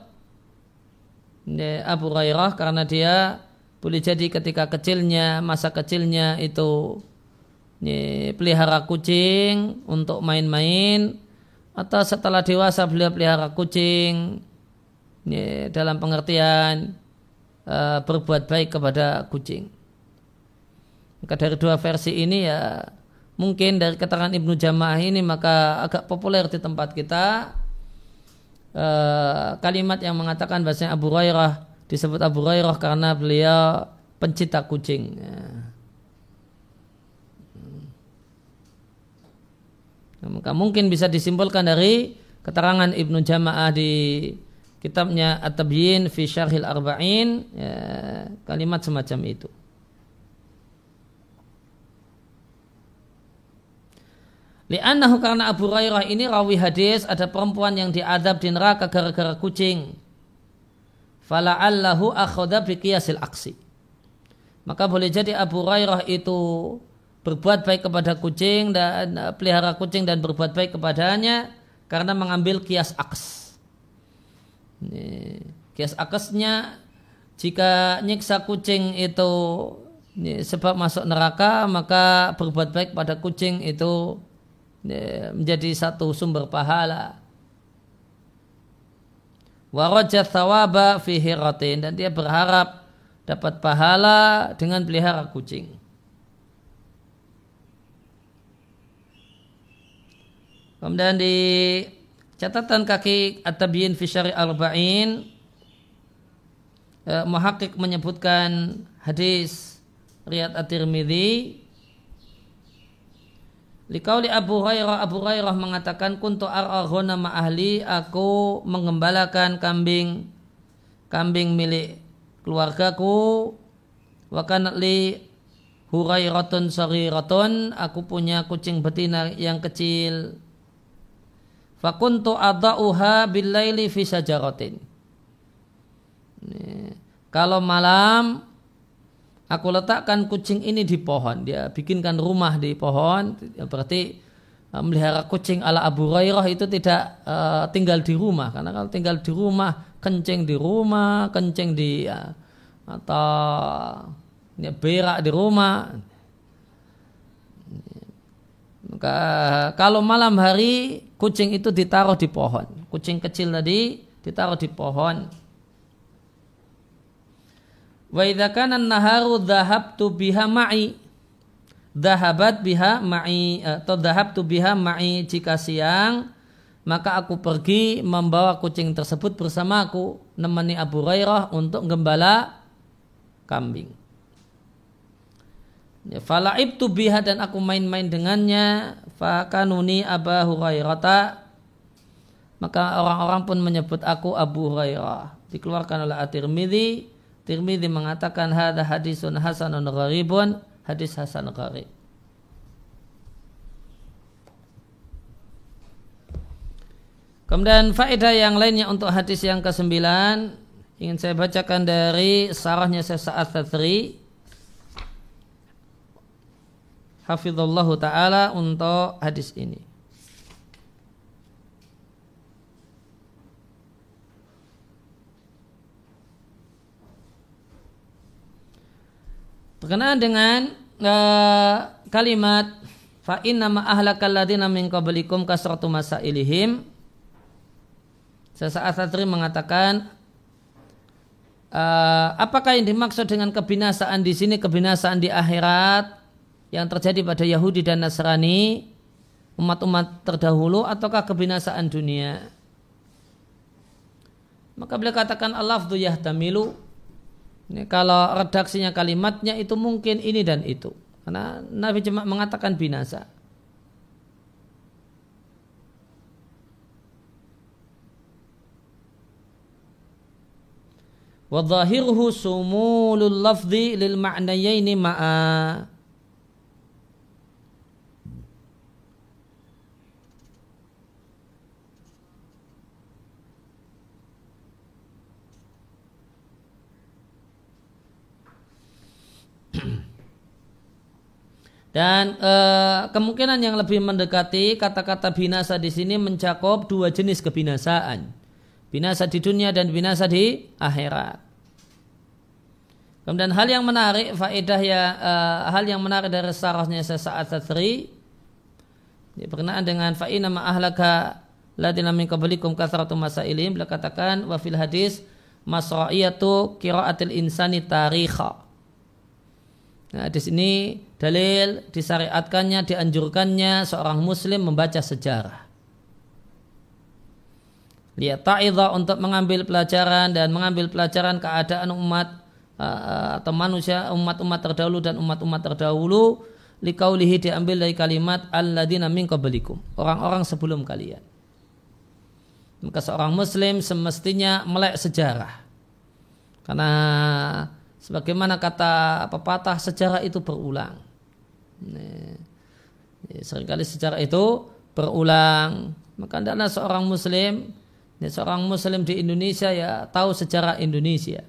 Abu Hurairah? Karena dia boleh jadi ketika kecilnya, masa kecilnya itu ini, pelihara kucing untuk main-main, atau setelah dewasa beliau pelihara kucing ini, dalam pengertian uh, berbuat baik kepada kucing. Maka dari dua versi ini ya mungkin dari keterangan Ibnu Jama'ah ini maka agak populer di tempat kita uh, kalimat yang mengatakan bahasanya Abu Hurairah disebut Abu Hurairah karena beliau pencinta kucing. Nah, maka mungkin bisa disimpulkan dari keterangan Ibnu Jama'ah di kitabnya At-Tabyin fi Syarhil Arba'in, ya, kalimat semacam itu. Li'annahu, karena Abu Hurairah ini rawi hadis ada perempuan yang diadab di neraka gara-gara kucing. Fala'allahu akhadha biqiyasil aksi. Maka boleh jadi Abu Hurairah itu berbuat baik kepada kucing dan pelihara kucing dan berbuat baik kepadanya karena mengambil kias aks. Kias aksnya, jika nyiksa kucing itu sebab masuk neraka, maka berbuat baik pada kucing itu menjadi satu sumber pahala. Waraja thawaba fi hiratin, dan dia berharap dapat pahala dengan pelihara kucing. Kemudian di catatan kaki At-Tabyin fi Syarhil Arba'in, eh, Muhaqqiq menyebutkan hadis riwayat At-Tirmidzi. Liqauli Abu Hurairah, Abu Hurairah mengatakan, kuntu ar'a ghanama ahli, aku mengembalakan kambing kambing milik keluargaku, Wa kanat li hurairatun saghiratun, aku punya kucing betina yang kecil. Fa kuntu adauha bil laili fi sajaratin. Kalau malam aku letakkan kucing ini di pohon, dia bikinkan rumah di pohon, berarti melihara kucing ala Abu Hurairah itu tidak uh, tinggal di rumah, karena kalau tinggal di rumah kencing di rumah, kencing di uh, atau ya, berak di rumah. Maka kalau malam hari kucing itu ditaruh di pohon, kucing kecil tadi ditaruh di pohon. Wa idza kana an-naharu dhahabtu biha ma'i, dhahabat biha ma'i, atau dhahabtu biha ma'i, jika siang maka aku pergi membawa kucing tersebut bersamaku, nemani Abu Hurairah untuk gembala kambing. Ya, fala'ibtu biha, dan aku main-main dengannya. Fakanuni Aba Hurairata, maka orang-orang pun menyebut aku Abu Hurairah. Dikeluarkan oleh At-Tirmidzi. Tirmidzi mengatakan hadza hadisun hasanun gharibun, hadis hasan gharib. Kemudian faedah yang lainnya untuk hadis yang kesembilan ingin saya bacakan dari sarahnya Syekh Sa'ad Tsatsri hafizallahu taala untuk hadis ini. Berkenaan dengan uh, kalimat fa inna ma ahlakal ladzina min qablikum kasratu masailihim, Syekh Sa'ad mengatakan uh, apakah yang dimaksud dengan kebinasaan di sini, kebinasaan di akhirat yang terjadi pada Yahudi dan Nasrani, umat-umat terdahulu, ataukah kebinasaan dunia? Maka beliau katakan al-lafdhu yahtamilu. Ini kalau redaksinya kalimatnya itu mungkin ini dan itu. Karena Nabi cuma mengatakan binasa. Wa dhahiruhu sumulul lafzi lil ma'nayaini ma'a. Dan e, kemungkinan yang lebih mendekati kata-kata binasa di sini mencakup dua jenis kebinasaan, binasa di dunia dan binasa di akhirat. Kemudian hal yang menarik, faedah ya, e, hal yang menarik dari sarahnya Syekh Sa'ad Tsatsri berkenaan dengan fa inna ma ahlaka ladzina min qablikum kathratu masailihim, beliau katakan wa fil hadis masra'iyatu qira'atil insani tarikha. Nah, di sini dalil disyariatkannya, dianjurkannya seorang muslim membaca sejarah. Lihat ta'idha, untuk mengambil pelajaran dan mengambil pelajaran keadaan umat uh, atau manusia, umat-umat terdahulu dan umat-umat terdahulu. Liqaulihi, diambil dari kalimat alladzina min qablikum, orang-orang sebelum kalian. Maka seorang muslim semestinya melek sejarah. Karena sebagaimana kata pepatah, sejarah itu berulang. Seringkali sejarah itu berulang. Maka hendaknya seorang muslim, seorang muslim di Indonesia ya tahu sejarah Indonesia.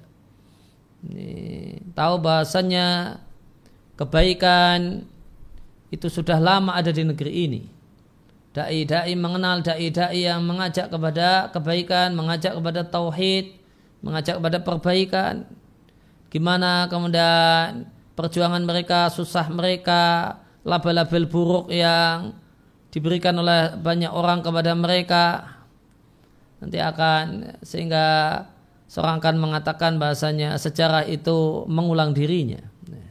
Tahu bahasanya kebaikan itu sudah lama ada di negeri ini. Dai-dai mengenal dai-dai yang mengajak kepada kebaikan, mengajak kepada tauhid, mengajak kepada perbaikan. Gimana kemudian perjuangan mereka, susah mereka, label-label buruk yang diberikan oleh banyak orang kepada mereka, nanti akan sehingga seorang akan mengatakan bahasanya sejarah itu mengulang dirinya.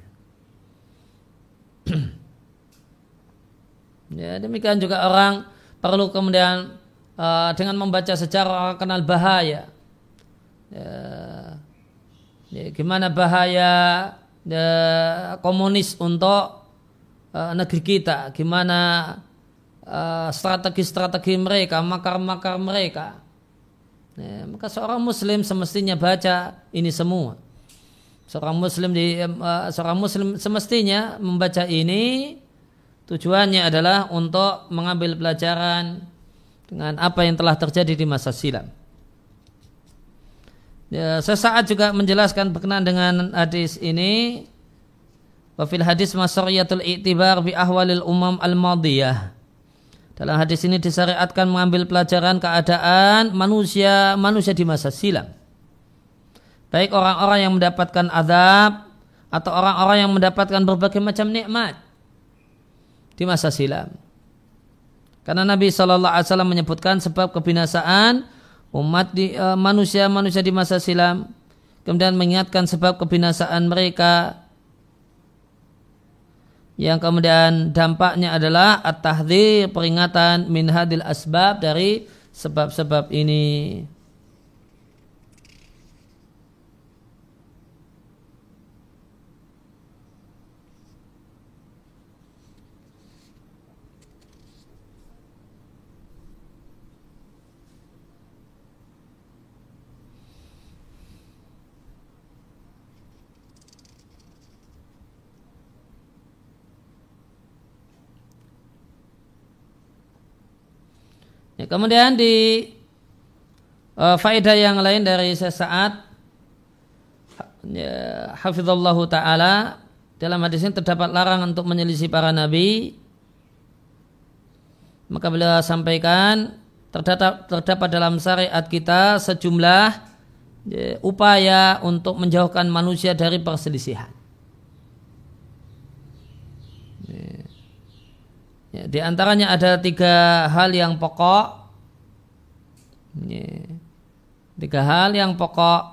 Ya, demikian juga orang perlu kemudian uh, dengan membaca sejarah orang kenal bahaya. Ya, Ya, gimana bahaya ya, komunis untuk uh, negeri kita, gimana uh, strategi-strategi mereka, makar-makar mereka. Ya, maka seorang muslim semestinya baca ini semua. Seorang muslim di uh, seorang muslim semestinya membaca ini tujuannya adalah untuk mengambil pelajaran dengan apa yang telah terjadi di masa silam. Ya, sesaat juga menjelaskan berkenaan dengan hadis ini. Wa fil hadis masriyatul i'tibar bi ahwalil umam al-madiyah. Dalam hadis ini disyariatkan mengambil pelajaran keadaan manusia manusia di masa silam. Baik orang-orang yang mendapatkan azab atau orang-orang yang mendapatkan berbagai macam nikmat di masa silam. Karena Nabi shallallahu alaihi wasallam menyebutkan sebab kebinasaan umat di uh, manusia-manusia di masa silam, kemudian mengingatkan sebab kebinasaan mereka, yang kemudian dampaknya adalah at-tahdhir, peringatan min hadil asbab, dari sebab-sebab ini. Ya, kemudian di uh, faedah yang lain dari sesaat, ya, hafizallahu ta'ala, dalam hadis ini terdapat larangan untuk menyelisih para nabi. Maka beliau sampaikan terdapat, terdapat dalam syariat kita sejumlah ya, upaya untuk menjauhkan manusia dari perselisihan. Ya. Ya, di antaranya ada tiga hal yang pokok, ya, tiga hal yang pokok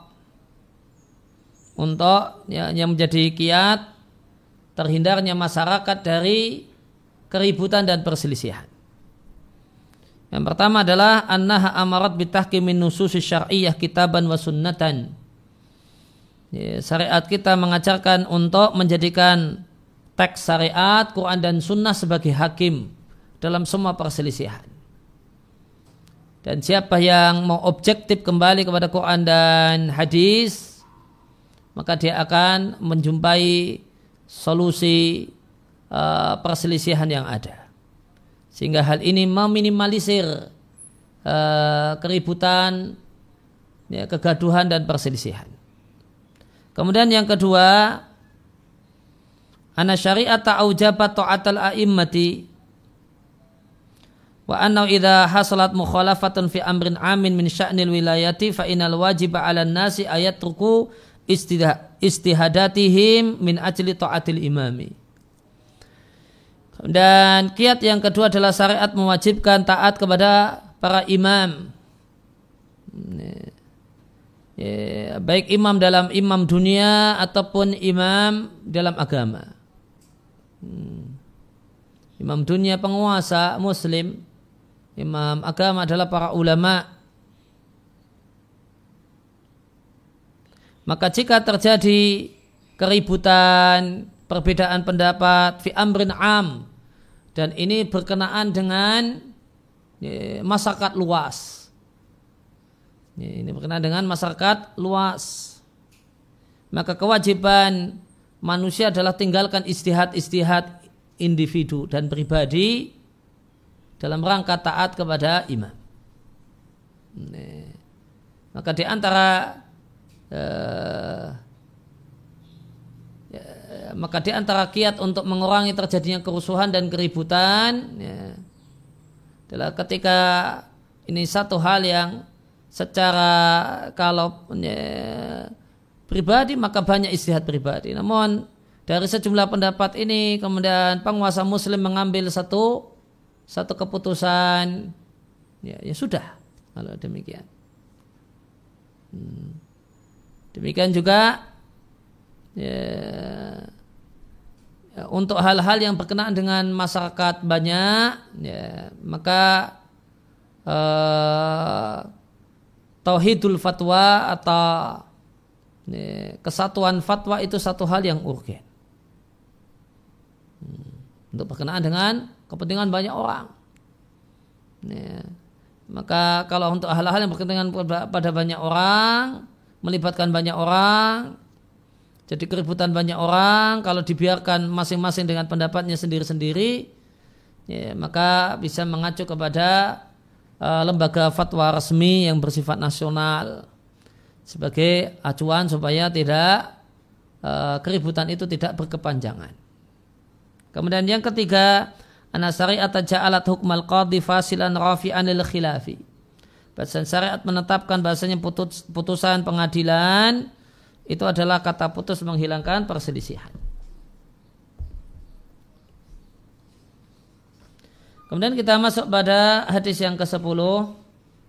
untuk ya, yang menjadi kiat terhindarnya masyarakat dari keributan dan perselisihan. Yang pertama adalah annaha amarat bitahkimin nususi syar'iyyah kitaban wa sunnatan. Ya, syariat kita mengajarkan untuk menjadikan teks syariat, Quran dan sunnah sebagai hakim dalam semua perselisihan. Dan siapa yang mau objektif kembali kepada Quran dan hadis, maka dia akan menjumpai solusi uh, perselisihan yang ada. Sehingga hal ini meminimalisir uh, keributan, ya, kegaduhan dan perselisihan. Kemudian yang kedua, anna syari'ata aujabat ta'atal a'immati wa anna idza hasalat mukhalafatun fi amrin amin min sya'nil wilayati fa innal wajiba 'alan nasi ayatruku istihadatihim min ajli ta'atil imami. Dan kiat yang kedua adalah syariat mewajibkan taat kepada para imam, ya, baik imam dalam imam dunia ataupun imam dalam agama. Hmm. Imam dunia penguasa muslim, imam agama adalah para ulama. Maka jika terjadi keributan, perbedaan pendapat fi amrin am, dan ini berkenaan dengan ya, masyarakat luas, ya, ini berkenaan dengan masyarakat luas, maka kewajiban manusia adalah tinggalkan istihad-istihad individu dan pribadi dalam rangka taat kepada imam. Maka di antara eh, ya, maka di antara kiat untuk mengurangi terjadinya kerusuhan dan keributan, ya, adalah ketika ini satu hal yang secara kalau ya, pribadi maka banyak istihad pribadi. Namun dari sejumlah pendapat ini kemudian penguasa muslim mengambil satu satu keputusan, ya, ya sudah kalau demikian. Hmm. Demikian juga ya, ya, untuk hal-hal yang berkenaan dengan masyarakat banyak, ya, maka uh, tauhidul fatwa atau ya, kesatuan fatwa itu satu hal yang urgen. Hmm. Untuk berkenaan dengan kepentingan banyak orang. Ya. Maka kalau untuk hal-hal yang berkenaan pada banyak orang, melibatkan banyak orang, Jadi keributan banyak orang kalau dibiarkan masing-masing dengan pendapatnya sendiri-sendiri, ya, maka bisa mengacu kepada uh, lembaga fatwa resmi yang bersifat nasional sebagai acuan supaya tidak uh, keributan itu tidak berkepanjangan. Kemudian yang ketiga, anna syari'ata ja'alat hukmal qadhi fasilan rafi'an lil khilafi. Bahasa syariat menetapkan bahasanya putus, putusan pengadilan itu adalah kata putus menghilangkan perselisihan. Kemudian kita masuk pada hadis yang kesepuluh,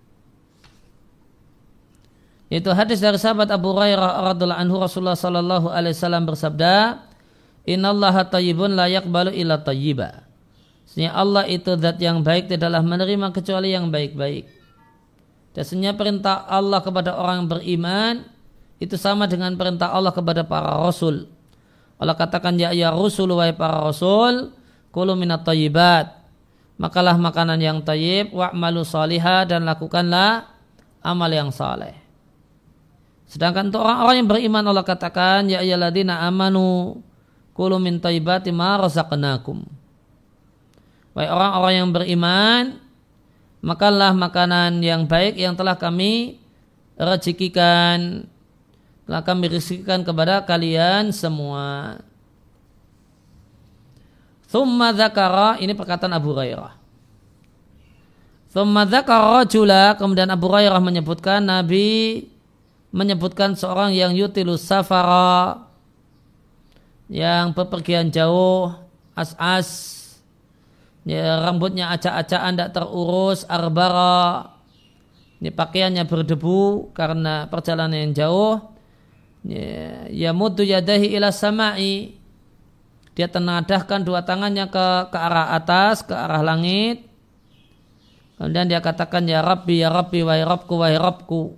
yaitu hadis dari sahabat Abu Hurairah radhiyallahu anhu, Rasulullah sallallahu alaihi wasallam bersabda, "Innallaha thayyibun la yaqbalu illa thayyiba." Sesungguhnya Allah itu zat yang baik, tidaklah menerima kecuali yang baik-baik. Dan sesungguhnya perintah Allah kepada orang beriman itu sama dengan perintah Allah kepada para rasul. Allah katakan, ya ya rusul, wahai para rasul, kulu minat thayyibat, makalah makanan yang thayyib, wa'malu salihah, dan lakukanlah amal yang saleh. Sedangkan untuk orang-orang yang beriman Allah katakan, ya ayyuhalladzina amanu kulu min thayyibati ma razaqnakum. Wahai orang-orang yang beriman, makanlah makanan yang baik yang telah kami rezekikan, telah kami rezekikan kepada kalian semua. Thumma dzakara, ini perkataan Abu Hurairah. Thumma dzakara rajula, kemudian Abu Hurairah menyebutkan Nabi menyebutkan seorang yang yutilus safara, yang bepergian jauh, as-as, ya, rambutnya acak-acakan, tidak terurus, arbara, ini pakaiannya berdebu karena perjalanan yang jauh. Ya, ya muddu yadahi ila samai, dia tenadahkan dua tangannya ke ke arah atas, ke arah langit. Kemudian dia katakan, ya Rabbi, ya Rabbi, wahai Rabbku, wahai Rabbku.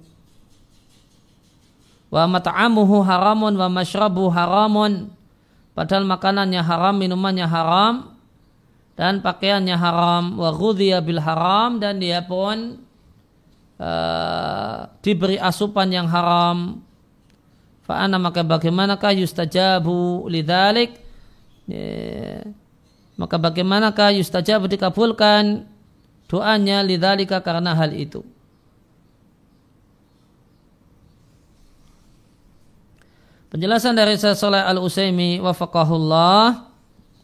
Wa mat'amuhu haramun wa mashrabu haramun, padahal makanannya haram, minumannya haram, dan pakaiannya haram. Wa ghudhiya bil haram, dan dia pun uh, diberi asupan yang haram. Fa'ana, maka bagaimanakah yustajabu lidzalik, ya, maka bagaimanakah yustajabu dikabulkan doanya lidzalika karena hal itu. Penjelasan dari Syekh Shalih Al-Utsaimin wafaqahullah.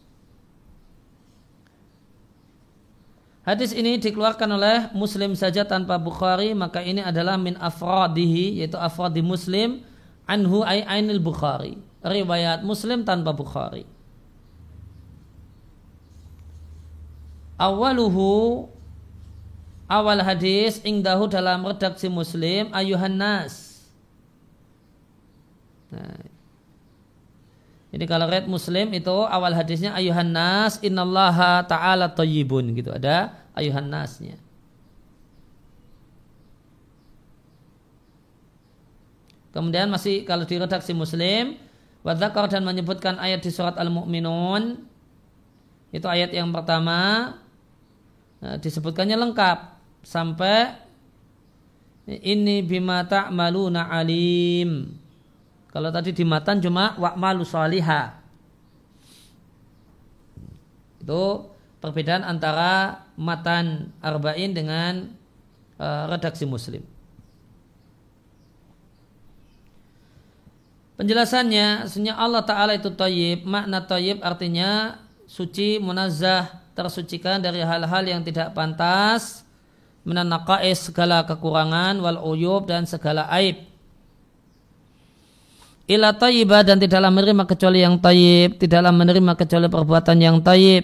Hadis ini dikeluarkan oleh Muslim saja tanpa Bukhari, maka ini adalah min afradihi, yaitu afradi Muslim, anhu ay ainil Bukhari, riwayat Muslim tanpa Bukhari. Awaluhu, awal hadis, ingdahu dalam redaksi Muslim, ayuhan nas. Nah, jadi kalau red Muslim itu awal hadisnya ayuhan nas, innallaha ta'ala thayyibun, gitu, ada ayuhan nasnya. Kemudian masih kalau di redaksi Muslim, wa dzakar, dan menyebutkan ayat di surat Al-Mu'minun, itu ayat yang pertama, nah, disebutkannya lengkap sampai ini bima ta'maluna alim. Kalau tadi di matan cuma wa'malu salihah. Itu perbedaan antara matan arba'in dengan uh, redaksi Muslim. Penjelasannya, sebenarnya Allah Ta'ala itu thayyib. Makna thayyib artinya suci, munazzah, tersucikan dari hal-hal yang tidak pantas, minan naqais, segala kekurangan, wal uyub, dan segala aib. Ila thayyibah, dan tidaklah menerima kecuali yang thayyib, tidaklah menerima kecuali perbuatan yang thayyib.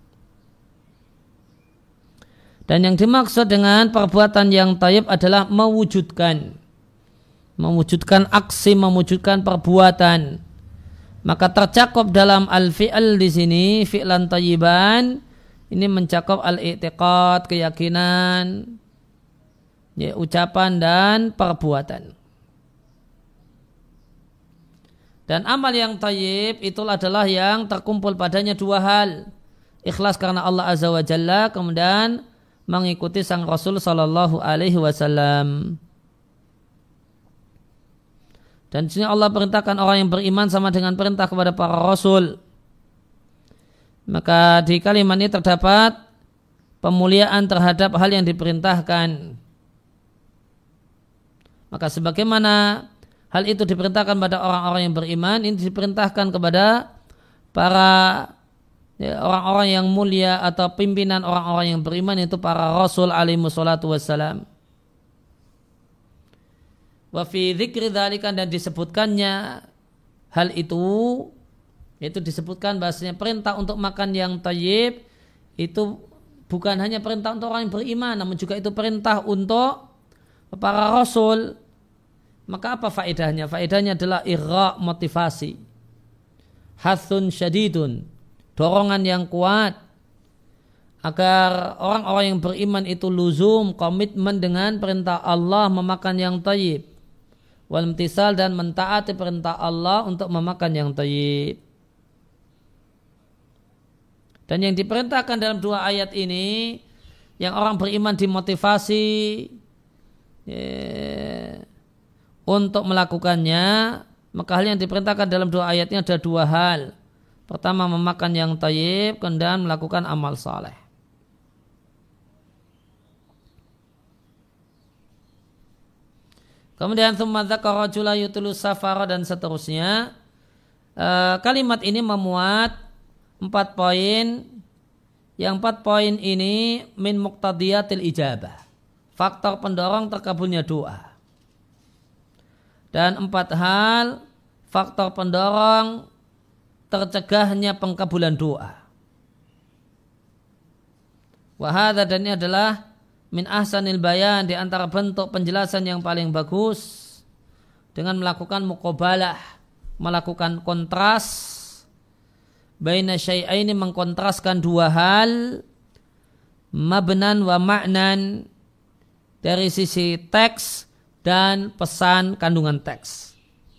Dan yang dimaksud dengan perbuatan yang thayyib adalah mewujudkan mewujudkan aksi, mewujudkan perbuatan. Maka tercakup dalam al-fi'al di sini, fi'lan thayyiban, ini mencakup al-i'tiqad, keyakinan, ya, ucapan dan perbuatan. Dan amal yang thayyib itulah adalah yang terkumpul padanya dua hal. Ikhlas karena Allah Azza wa Jalla, kemudian mengikuti sang Rasul sallallahu alaihi wasallam. Dan di sini Allah perintahkan orang yang beriman sama dengan perintah kepada para rasul. Maka di kalimat ini terdapat pemuliaan terhadap hal yang diperintahkan. Maka sebagaimana hal itu diperintahkan pada orang-orang yang beriman, ini diperintahkan kepada para ya, orang-orang yang mulia atau pimpinan orang-orang yang beriman, itu para rasul alaihi wassalatu wassalam. Wa fi dzikri dzalika, dan disebutkannya hal itu, itu disebutkan bahasanya perintah untuk makan yang thayyib itu bukan hanya perintah untuk orang yang beriman, namun juga itu perintah untuk para rasul. Maka apa faedahnya? Faedahnya adalah irra, motivasi, hathun syadidun, dorongan yang kuat agar orang-orang yang beriman itu luzum, komitmen dengan perintah Allah memakan yang thayyib, wal imtisal, dan mentaati perintah Allah untuk memakan yang thayyib. Dan yang diperintahkan dalam dua ayat ini, yang orang beriman dimotivasi ya, untuk melakukannya, maka hal yang diperintahkan dalam dua ayat ini ada dua hal. Pertama, memakan yang thayyib, kemudian melakukan amal saleh. Kemudian tsumma dzakara rajula yutlu safara, dan seterusnya. E, kalimat ini memuat empat poin. Yang empat poin ini min muqtadiyatil ijabah, faktor pendorong terkabulnya doa. Dan empat hal faktor pendorong tercegahnya pengkabulan doa. Wa hadza, dan ini adalah min ahsanil bayan, di antara bentuk penjelasan yang paling bagus, dengan melakukan muqabalah, melakukan kontras, baina syai'aini, mengkontraskan dua hal, mabnan wa ma'nan, dari sisi teks dan pesan kandungan teks.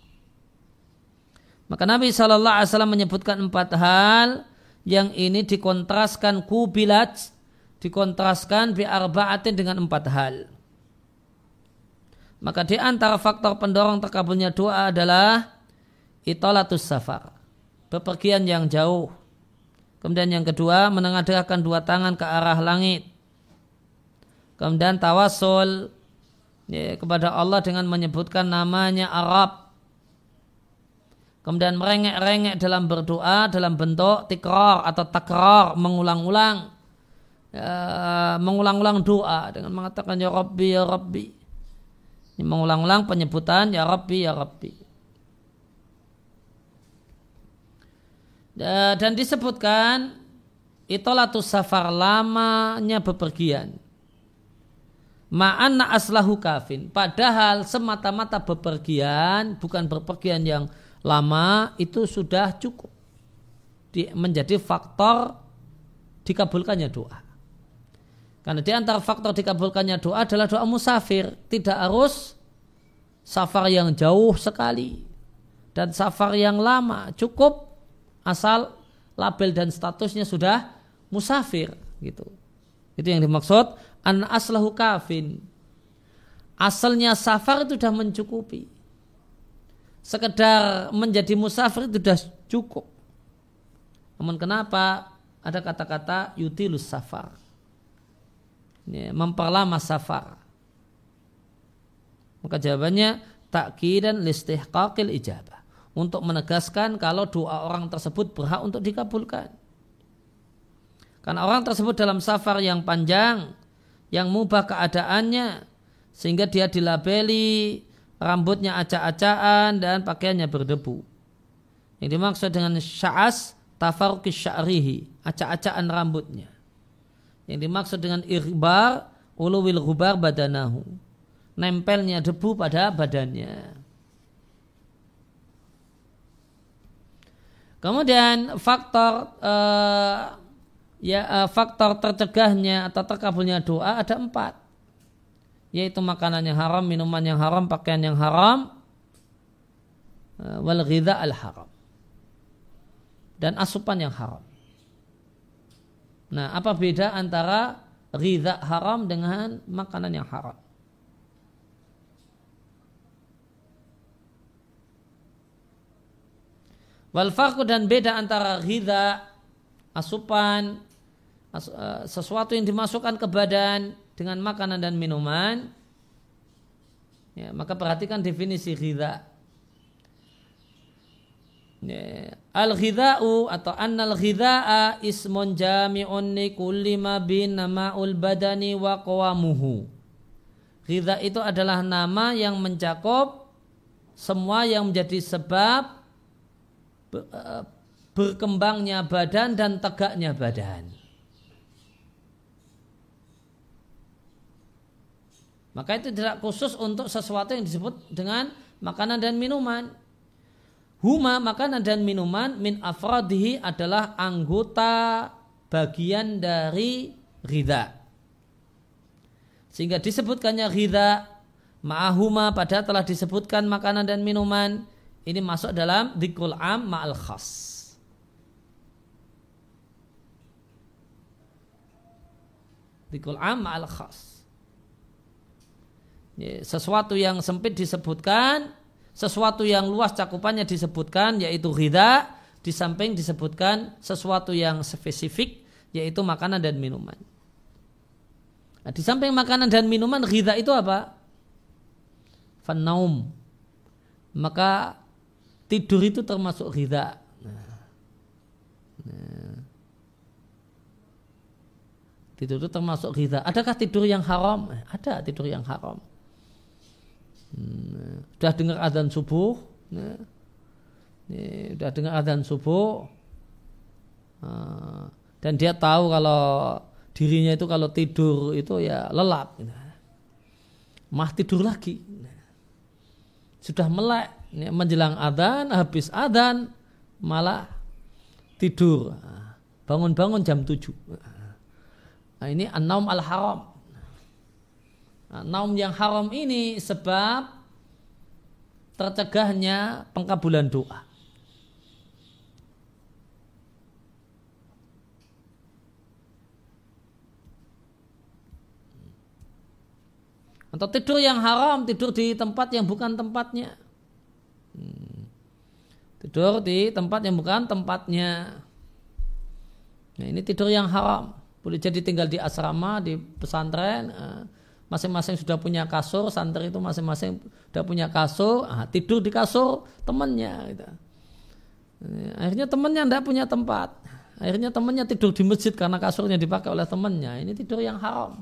Maka Nabi shallallahu alaihi wasallam menyebutkan empat hal yang ini dikontraskan kubilat, dikontraskan bi arba'atin, dengan empat hal. Maka di antara faktor pendorong terkabulnya doa adalah itolatus safar, bepergian yang jauh. Kemudian yang kedua, menengadahkan dua tangan ke arah langit. Kemudian tawasul ya, kepada Allah dengan menyebutkan namanya Arab. Kemudian merengek-rengek dalam berdoa dalam bentuk tikrar atau takrar, mengulang-ulang ya, mengulang-ulang doa dengan mengatakan ya Rabbi ya Rabbi. Ini mengulang-ulang penyebutan ya Rabbi ya Rabbi. Dan disebutkan itolatus safar, lamanya bepergian. Ma'anna aslahu kafin, padahal semata-mata bepergian, bukan bepergian yang lama, itu sudah cukup di, menjadi faktor dikabulkannya doa. Karena di antara faktor dikabulkannya doa adalah doa musafir. Tidak harus safar yang jauh sekali dan safar yang lama, cukup asal label dan statusnya sudah musafir gitu. Itu yang dimaksud an aslahu kafin. Asalnya safar itu sudah mencukupi. Sekedar menjadi musafir itu sudah cukup. Namun kenapa ada kata-kata yutilus safar, ya, memperlama safar? Maka jawabannya ta'kidan listihqaqil ijabah, untuk menegaskan kalau doa orang tersebut berhak untuk dikabulkan. Karena orang tersebut dalam safar yang panjang, yang mubah keadaannya, sehingga dia dilabeli rambutnya acak-acakan dan pakaiannya berdebu. Yang dimaksud dengan sya'as tafarqis sya'rihi, acak-acakan rambutnya. Yang dimaksud dengan irbar uluwil ghubar badanahu, nempelnya debu pada badannya. Kemudian faktor uh, ya uh, faktor tercegahnya atau terkabulnya doa ada empat, yaitu makanan yang haram, minuman yang haram, pakaian yang haram, uh, wal ghidha al haram, dan asupan yang haram. Nah, apa beda antara ghidha haram dengan makanan yang haram? Wal farqu dan beda antara ghidha, asupan, as, uh, sesuatu yang dimasukkan ke badan dengan makanan dan minuman. Ya, maka perhatikan definisi ghidha. Ya, al-ghidha'u atau annal ghidha'a ismun jami'un li kulli ma bin nama'ul badani wa qawamuhu. Ghidha itu adalah nama yang mencakup semua yang menjadi sebab berkembangnya badan dan tegaknya badan. Maka itu tidak khusus untuk sesuatu yang disebut dengan makanan dan minuman. Huma, makanan dan minuman, min afradihi adalah anggota bagian dari ghidha. Sehingga disebutkannya ghidha ma'ahuma, padahal telah disebutkan makanan dan minuman. Ini masuk dalam dzikrul am ma'al khas. Dzikrul am ma'al khas. Sesuatu yang sempit disebutkan, sesuatu yang luas cakupannya disebutkan, yaitu ghidha, di samping disebutkan sesuatu yang spesifik, yaitu makanan dan minuman. Nah, di samping makanan dan minuman, ghidha itu apa? Fannaum. Maka tidur itu termasuk ghidha. Nah. Nah. Tidur itu termasuk ghidha. Adakah tidur yang haram? Ada tidur yang haram. Nah. Sudah dengar azan subuh? Nah. Ini, sudah dengar azan subuh? Nah. Dan dia tahu kalau dirinya itu kalau tidur itu ya lelap. Nah. Mah tidur lagi. Nah. Sudah melek. Ini menjelang adzan, habis adzan malah tidur, bangun-bangun jam tujuh. Nah, ini an-naum al-haram. Nah, naum yang haram ini sebab tercegahnya pengkabulan doa. Atau tidur yang haram, tidur di tempat yang bukan tempatnya. Hmm. Tidur di tempat yang bukan tempatnya. Nah, ini tidur yang haram. Boleh jadi tinggal di asrama, di pesantren, masing-masing sudah punya kasur, santri itu masing-masing sudah punya kasur, tidur di kasur temannya. Gitu. Akhirnya temannya tidak punya tempat. Akhirnya temannya tidur di masjid karena kasurnya dipakai oleh temannya. Ini tidur yang haram.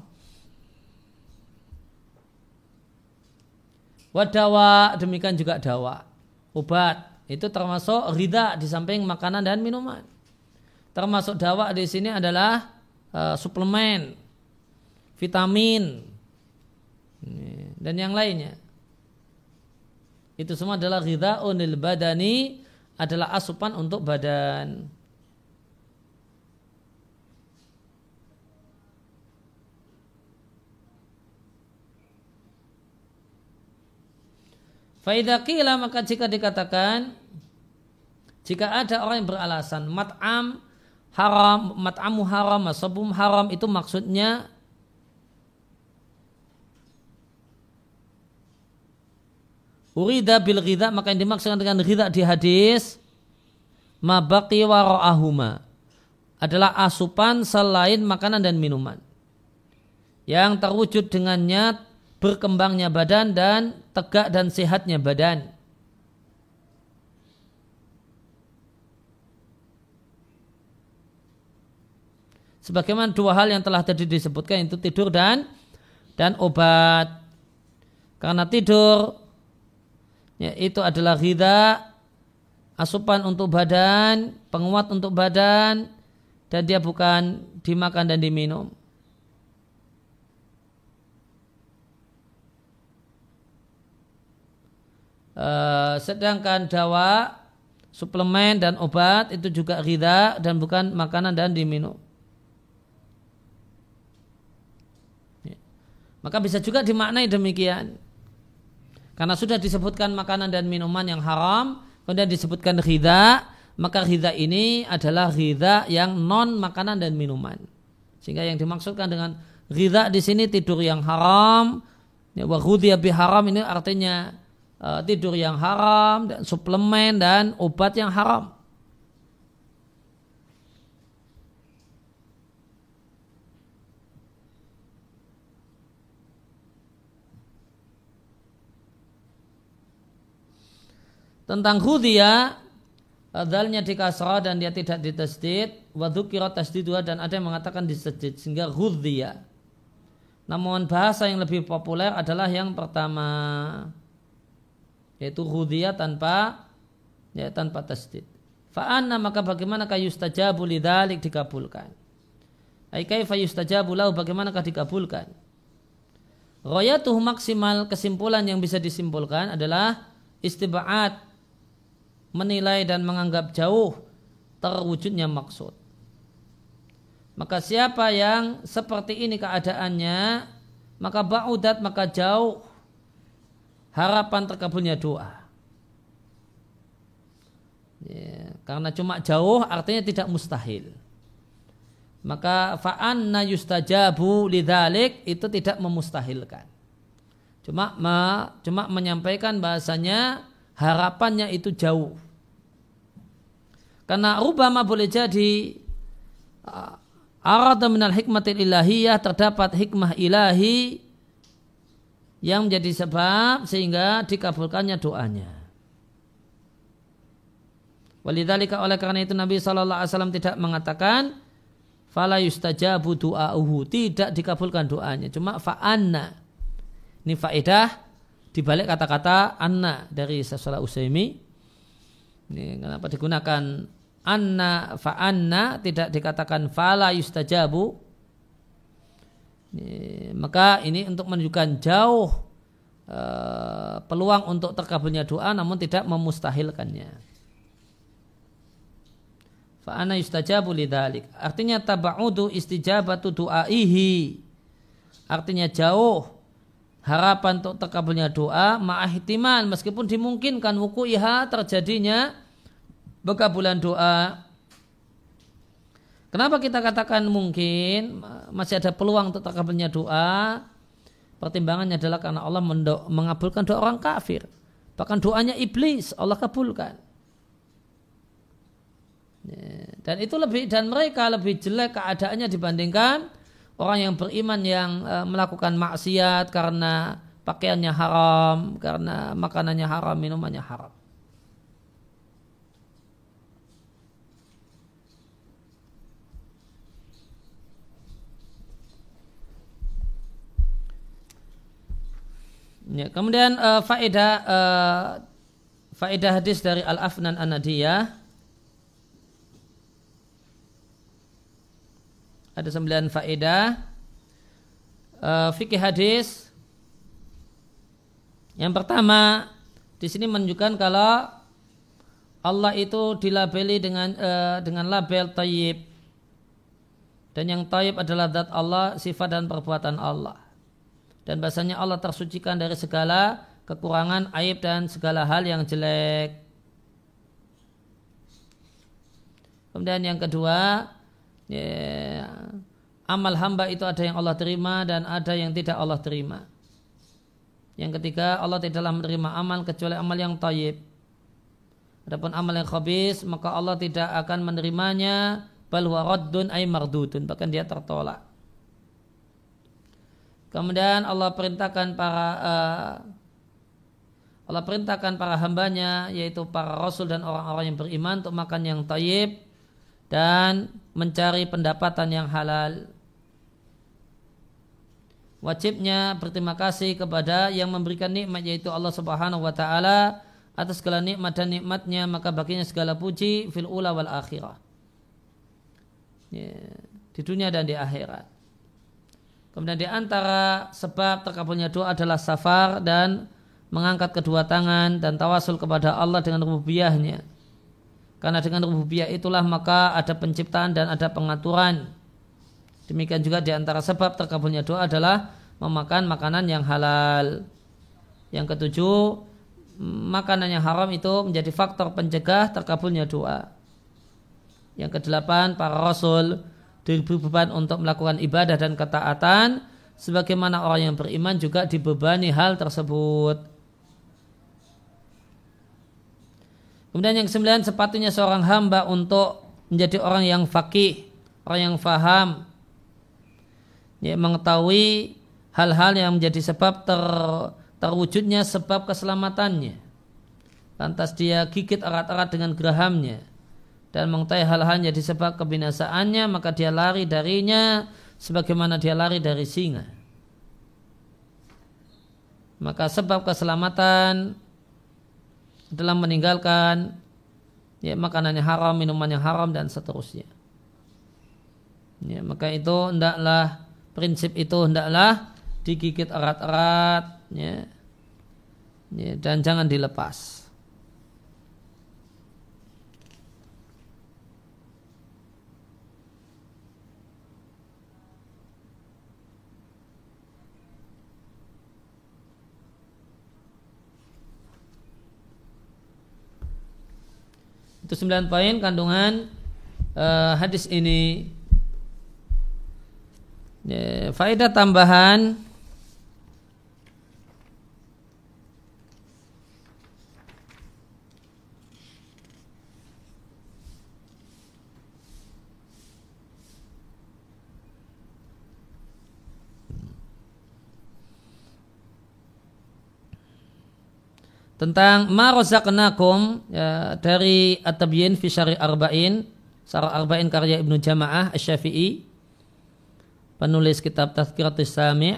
Wadawa, demikian juga dawa. Obat itu termasuk ghidha di samping makanan dan minuman. Termasuk dawa di sini adalah uh, suplemen, vitamin dan yang lainnya. Itu semua adalah ghidha'un lil badani, adalah asupan untuk badan. Faidha qila, maka jika dikatakan, jika ada orang yang beralasan mat'am haram, mat'amu haram, masabum haram, itu maksudnya urida bil ghidha, maka yang dimaksudkan dengan ghidha di hadis ma baqi wara'ahuma adalah asupan selain makanan dan minuman yang terwujud dengannya berkembangnya badan dan tegak dan sehatnya badan. Sebagaimana dua hal yang telah tadi disebutkan, itu tidur dan dan obat. Karena tidur ya, itu adalah ghidha, asupan untuk badan, penguat untuk badan, dan dia bukan dimakan dan diminum. Uh, sedangkan dawa, suplemen dan obat itu juga ghidha dan bukan makanan dan diminum. Ya. Maka bisa juga dimaknai demikian. Karena sudah disebutkan makanan dan minuman yang haram, kemudian disebutkan ghidha, maka ghidha ini adalah ghidha yang non makanan dan minuman. Sehingga yang dimaksudkan dengan ghidha di sini tidur yang haram, ya, wa ghudhiya bi haram ini artinya Uh, tidur yang haram dan suplemen dan obat yang haram. tentang hudhiya, dzalnya di kasrah dan dia tidak ditasdid, wa dzukira tasdiduha dan ada yang mengatakan ditasdid sehingga hudhiya. Namun bahasa yang lebih populer adalah yang pertama, yaitu hudhiya tanpa ya tanpa tasdid. Fa anna maka bagaimana kayustajabu lidzalik dikabulkan. Ai kaifa yustajabu lahu bagaimanakah dikabulkan? Ghayatuhu maksimal kesimpulan yang bisa disimpulkan adalah istib'ad, menilai dan menganggap jauh terwujudnya maksud. Maka siapa yang seperti ini keadaannya, maka ba'udat, maka jauh harapan terkabulnya doa. Ya, karena cuma jauh artinya tidak mustahil. Maka fa'anna yustajabu lidzalik itu tidak memustahilkan. Cuma ma, cuma menyampaikan bahasanya harapannya itu jauh. Karena rubama boleh jadi uh, arada minal hikmatil ilahiyah, terdapat hikmah ilahi yang menjadi sebab sehingga dikabulkannya doanya. Walidzalika oleh karena itu Nabi sallallahu alaihi wasallam tidak mengatakan fala yustajabu du'auhu, tidak dikabulkan doanya, cuma fa'anna. Ini faedah dibalik kata-kata anna dari Syaikh Utsaimin. Ini kenapa digunakan anna fa'anna, tidak dikatakan fala yustajabu. Ini, maka ini untuk menunjukkan jauh uh, peluang untuk terkabulnya doa namun tidak memustahilkannya. Fa'ana yustajabu lidzalik. Artinya taba'udu istijabatu du'aihi. Artinya jauh harapan untuk terkabulnya doa ma'ahtimal, meskipun dimungkinkan wuku'iha, terjadinya berkabulan doa. Kenapa kita katakan mungkin masih ada peluang untuk terkabulnya doa? Pertimbangannya adalah karena Allah mengabulkan doa orang kafir. Bahkan doanya iblis Allah kabulkan. Dan itu lebih, dan mereka lebih jelek keadaannya dibandingkan orang yang beriman yang e, melakukan maksiat karena pakaiannya haram, karena makanannya haram, minumannya haram. Ya, kemudian e, faedah e, faedah hadis dari Al-Afnan An-Nadiyah. Ada sembilan faedah uh, fikih hadis. Yang pertama, di sini menunjukkan kalau Allah itu dilabeli dengan uh, dengan label thayyib. Dan yang thayyib adalah zat Allah, sifat dan perbuatan Allah. Dan bahasanya Allah tersucikan dari segala kekurangan, aib dan segala hal yang jelek. Kemudian yang kedua, ya, amal hamba itu ada yang Allah terima dan ada yang tidak Allah terima. Yang ketiga, Allah tidaklah menerima amal kecuali amal yang thayyib. Adapun amal yang khabis, maka Allah tidak akan menerimanya, bal huwa raddun ay mardudun, bahkan dia tertolak. Kemudian Allah perintahkan para uh, Allah perintahkan para hambanya, yaitu para rasul dan orang-orang yang beriman, untuk makan yang thayyib dan mencari pendapatan yang halal. Wajibnya berterima kasih kepada yang memberikan nikmat, yaitu Allah Subhanahu wa taala, atas segala nikmat dan nikmatnya, maka baginya segala puji fil ula wal akhirah, ya, di dunia dan di akhirat. Kemudian di antara sebab terkabulnya doa adalah safar dan mengangkat kedua tangan dan tawasul kepada Allah dengan rububiyahnya. Karena dengan rububiyah itulah maka ada penciptaan dan ada pengaturan. Demikian juga di antara sebab terkabulnya doa adalah memakan makanan yang halal. Yang ketujuh, makanan yang haram itu menjadi faktor pencegah terkabulnya doa. Yang kedelapan, para rasul diberi beban untuk melakukan ibadah dan ketaatan, sebagaimana orang yang beriman juga dibebani hal tersebut. Kemudian yang kesembilan, sepatutnya seorang hamba untuk menjadi orang yang faqih, orang yang faham, ya, mengetahui hal-hal yang menjadi sebab ter, terwujudnya sebab keselamatannya. lantas dia gigit erat-erat dengan gerahamnya dan mengetahui hal-hal yang disebab kebinasaannya, maka dia lari darinya sebagaimana dia lari dari singa. Maka sebab keselamatan adalah meninggalkan ya, makanan yang haram, minuman yang haram, dan seterusnya. Ya, maka itu hendaklah, prinsip itu hendaklah digigit erat-erat, ya, ya, dan jangan dilepas. Itu sembilan poin kandungan uh, hadis ini. Ya, faedah tambahan tentang ma razaqnakum, ya, dari At-Tabyin fi Syarih Arba'in, Syarah Arba'in karya Ibnu Jamaah Asy-Syafi'i, penulis kitab Tazkiratus Sami'.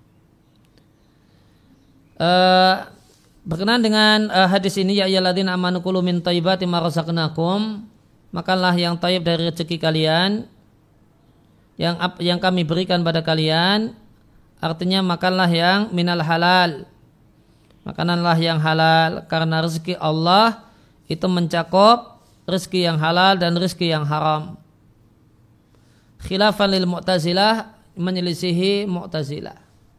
Uh, berkenaan dengan uh, hadis ini, ya ayyuhalladzina amanu kulu min thayyibati ma razaqnakum, makanlah yang thayyib dari rezeki kalian yang yang kami berikan pada kalian. Artinya makanlah yang minal halal, makananlah yang halal, karena rezeki Allah itu mencakup rezeki yang halal dan rezeki yang haram. Khilafan lil Mu'tazilah, menyelisihi Mu'tazilah.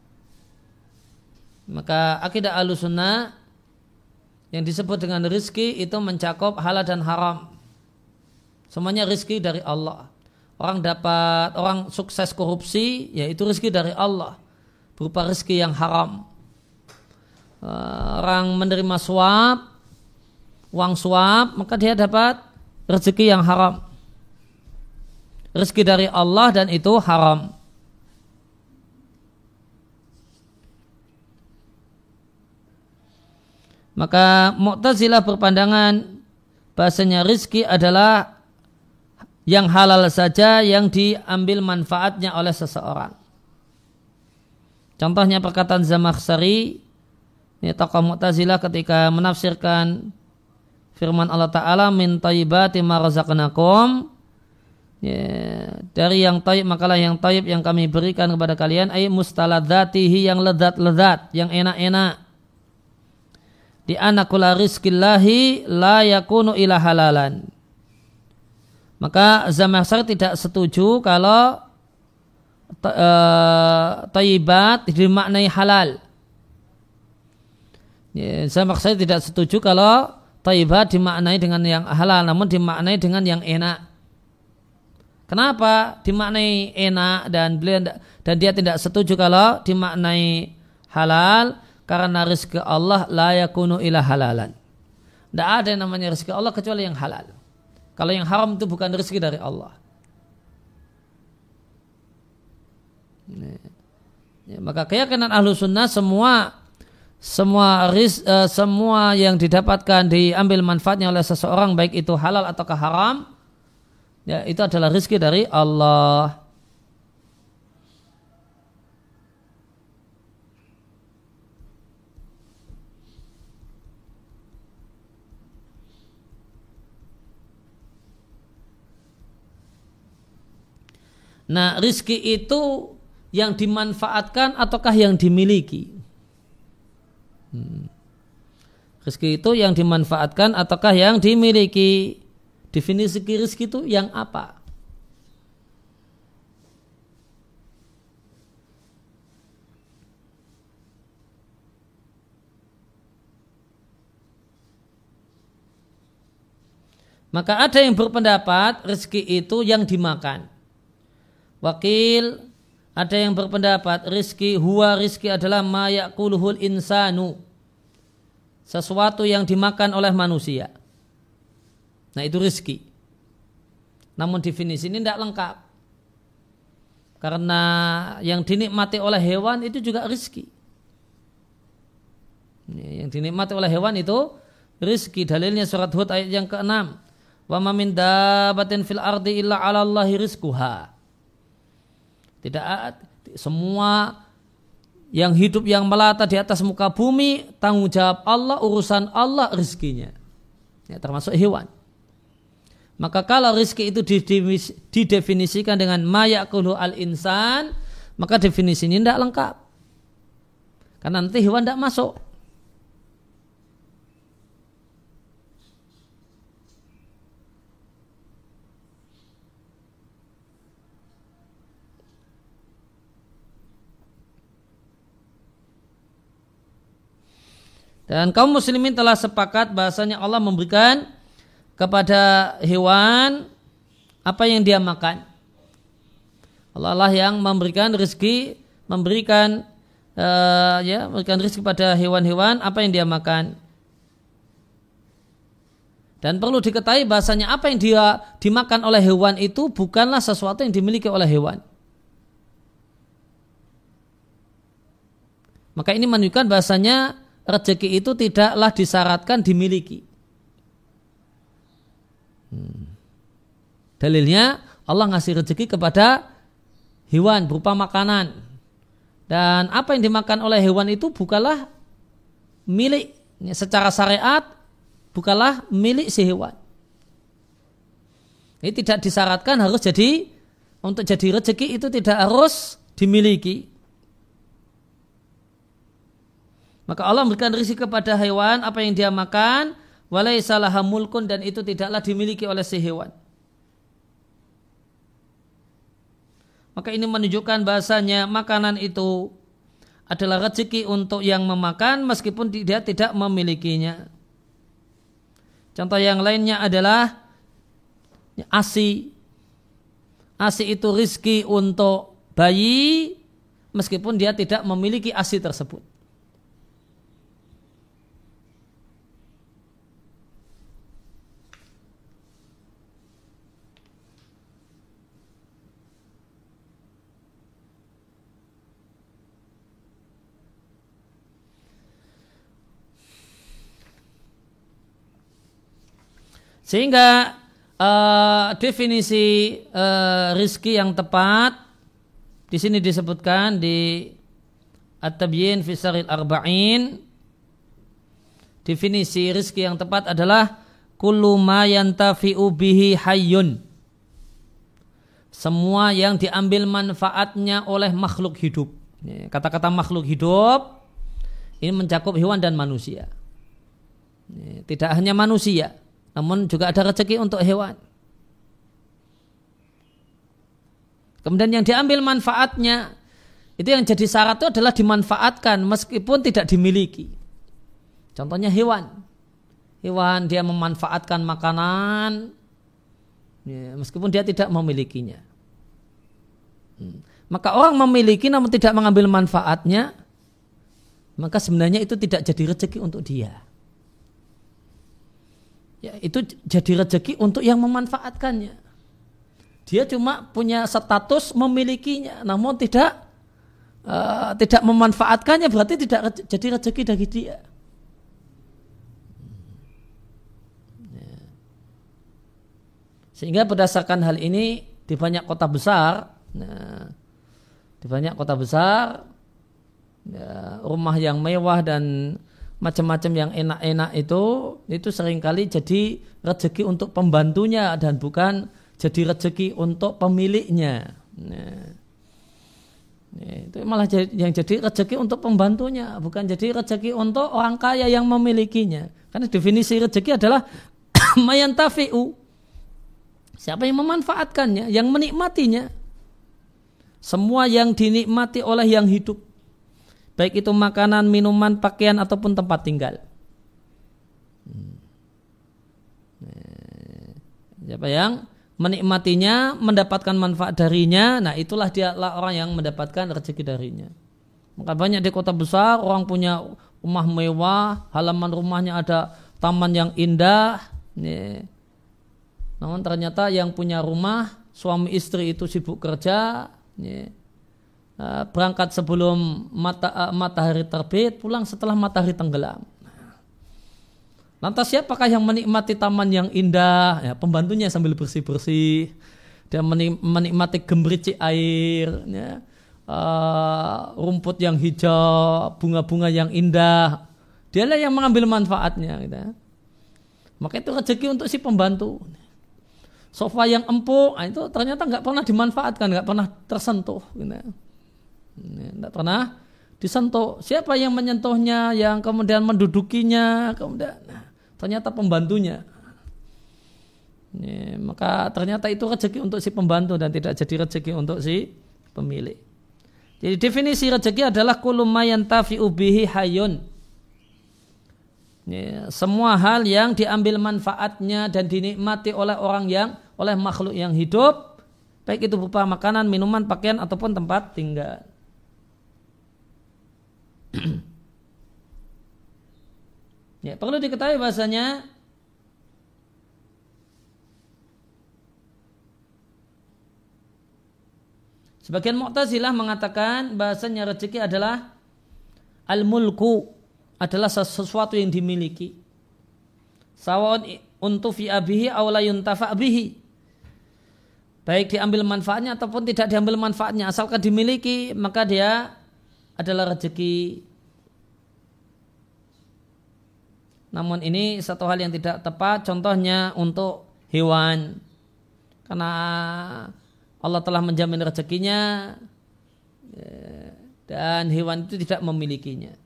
Maka akidah Ahlussunnah yang disebut dengan rezeki itu mencakup halal dan haram. Semuanya rezeki dari Allah. Orang dapat, orang sukses korupsi, yaitu rezeki dari Allah, berupa rezeki yang haram. Orang menerima suap, uang suap, maka dia dapat rezeki yang haram, rezeki dari Allah, dan itu haram. Maka Mu'tazilah berpandangan bahasanya rezeki adalah yang halal saja yang diambil manfaatnya oleh seseorang. Contohnya perkataan Zamakhsyari, ini tokoh Mu'tazilah, ketika menafsirkan firman Allah Ta'ala min thayyibati ma razaqnakum, ya, dari yang thayyib makalah yang thayyib yang kami berikan kepada kalian, ay mustaladzatihi, yang lezat-lezat, yang enak-enak. Di anakula rizkillahi la yakunu ila halalan. Maka Zamakhsyari tidak setuju kalau thayyibat dimaknai halal. Ya, Zamakhsyari tidak setuju kalau thayyibat dimaknai dengan yang halal, namun dimaknai dengan yang enak. Kenapa dimaknai enak dan beliau dan dia tidak setuju kalau dimaknai halal? Karena rezeki Allah la yakunu ila halalan. Tidak ada yang namanya rezeki Allah kecuali yang halal. Kalau yang haram itu bukan rezeki dari Allah. Ya, maka keyakinan Ahlussunnah, semua Semua ris, uh, semua yang didapatkan diambil manfaatnya oleh seseorang, baik itu halal ataukah haram, ya, itu adalah rezeki dari Allah. Nah, rezeki itu yang dimanfaatkan ataukah yang dimiliki? Hmm. Rezeki itu yang dimanfaatkan ataukah yang dimiliki? Definisi rezeki itu yang apa? Maka ada yang berpendapat rezeki itu yang dimakan. Wakil ada yang berpendapat rizki huwa, rizki adalah ma ya'kuluhul insanu, sesuatu yang dimakan oleh manusia. Nah, itu rizki. Namun definisi ini tidak lengkap, karena yang dinikmati oleh hewan itu juga rizki. Yang dinikmati oleh hewan itu rizki. Dalilnya surat Hud ayat yang keenam. Wa ma min dabbatin fil ardi illa 'ala Allahi rizquha. Tidak semua yang hidup yang melata di atas muka bumi tanggung jawab Allah, urusan Allah rizkinya. Ya, termasuk hewan. Maka kalau rizki itu didefinisikan dengan ma ya'kulu al-insan, maka definisi ini tidak lengkap. Karena nanti hewan tidak masuk. Dan kaum muslimin telah sepakat bahasanya Allah memberikan kepada hewan apa yang dia makan. Allah lah yang memberikan rezeki, memberikan uh, ya, memberikan rezeki pada hewan-hewan apa yang dia makan. Dan perlu diketahui bahasanya apa yang dia dimakan oleh hewan itu bukanlah sesuatu yang dimiliki oleh hewan. Maka ini menunjukkan bahasanya rezeki itu tidaklah disyaratkan dimiliki. Hmm. Dalilnya Allah ngasih rezeki kepada hewan berupa makanan. Dan apa yang dimakan oleh hewan itu bukanlah milik secara syariat, bukanlah milik si hewan. Ini tidak disyaratkan harus jadi, untuk jadi rezeki itu tidak harus dimiliki. Maka Allah memberikan rezeki kepada hewan apa yang dia makan, walaisa laha mulkun, dan itu tidaklah dimiliki oleh si hewan. Maka ini menunjukkan bahasanya makanan itu adalah rezeki untuk yang memakan meskipun dia tidak memilikinya. Contoh yang lainnya adalah ASI. ASI itu rezeki untuk bayi meskipun dia tidak memiliki ASI tersebut. Sehingga uh, definisi uh, rizki yang tepat di sini disebutkan di At-Tabyin fi Syarhil Arba'in. Definisi rizki yang tepat adalah kullu ma yantafi'u bihi hayyun. Semua yang diambil manfaatnya oleh makhluk hidup. Kata-kata makhluk hidup ini mencakup hewan dan manusia. Tidak hanya manusia, namun juga ada rezeki untuk hewan. Kemudian yang diambil manfaatnya, itu yang jadi syarat itu adalah dimanfaatkan meskipun tidak dimiliki. Contohnya hewan. Hewan dia memanfaatkan makanan ya, meskipun dia tidak memilikinya. Hmm. Maka orang memiliki namun tidak mengambil manfaatnya, maka sebenarnya itu tidak jadi rezeki untuk dia. Ya, itu jadi rezeki untuk yang memanfaatkannya. Dia cuma punya status memilikinya, namun tidak uh, tidak memanfaatkannya, berarti tidak re- jadi rezeki bagi dia. Ya. Sehingga berdasarkan hal ini di banyak kota besar, nah, di banyak kota besar, ya, rumah yang mewah dan macam-macam yang enak-enak itu itu seringkali jadi rezeki untuk pembantunya dan bukan jadi rezeki untuk pemiliknya. Nah, itu malah jadi, yang jadi rezeki untuk pembantunya, bukan jadi rezeki untuk orang kaya yang memilikinya. Karena definisi rezeki adalah mayantafi'u. Siapa yang memanfaatkannya, yang menikmatinya. Semua yang dinikmati oleh yang hidup. Baik itu makanan, minuman, pakaian, ataupun tempat tinggal. Siapa yang menikmatinya, mendapatkan manfaat darinya, nah itulah dia orang yang mendapatkan rezeki darinya. Maka banyak di kota besar, orang punya rumah mewah, halaman rumahnya ada taman yang indah. Namun ternyata yang punya rumah, suami istri itu sibuk kerja, berangkat sebelum mata, matahari terbit, pulang setelah matahari tenggelam. Lantas siapakah yang menikmati taman yang indah? Ya, pembantunya sambil bersih-bersih. Dia menikmati gemericik air, ya, uh, rumput yang hijau, bunga-bunga yang indah. Dialah yang mengambil manfaatnya. Gitu. Maka itu rezeki untuk si pembantu. Sofa yang empuk, nah itu ternyata nggak pernah dimanfaatkan, nggak pernah tersentuh. Gitu. Nggak pernah disentuh. Siapa yang menyentuhnya, yang kemudian mendudukinya, kemudian nah, ternyata pembantunya. Ya, maka ternyata itu rezeki untuk si pembantu dan tidak jadi rezeki untuk si pemilik. Jadi definisi rezeki adalah kullu ma yantafi'u bihi hayyun. Ya, semua hal yang diambil manfaatnya dan dinikmati oleh orang yang oleh makhluk yang hidup, baik itu berupa makanan, minuman, pakaian ataupun tempat tinggal. Ya, perlu diketahui bahasanya sebagian Mu'tazilah mengatakan bahasanya rezeki adalah al-mulku, adalah sesuatu yang dimiliki. Sawaun untufi abihi aw la yuntafa bihi. Baik diambil manfaatnya ataupun tidak diambil manfaatnya, asalkan dimiliki maka dia adalah rezeki. Namun ini satu hal yang tidak tepat, contohnya untuk hewan. Karena Allah telah menjamin rezekinya dan hewan itu tidak memilikinya.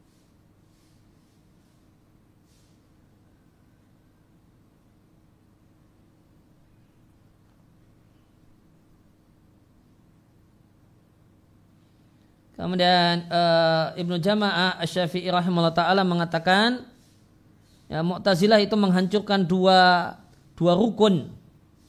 Kemudian uh, Ibnu Jama'ah Asy-Syafi'i rahimahullah ta'ala mengatakan ya, Mu'tazilah itu menghancurkan dua dua rukun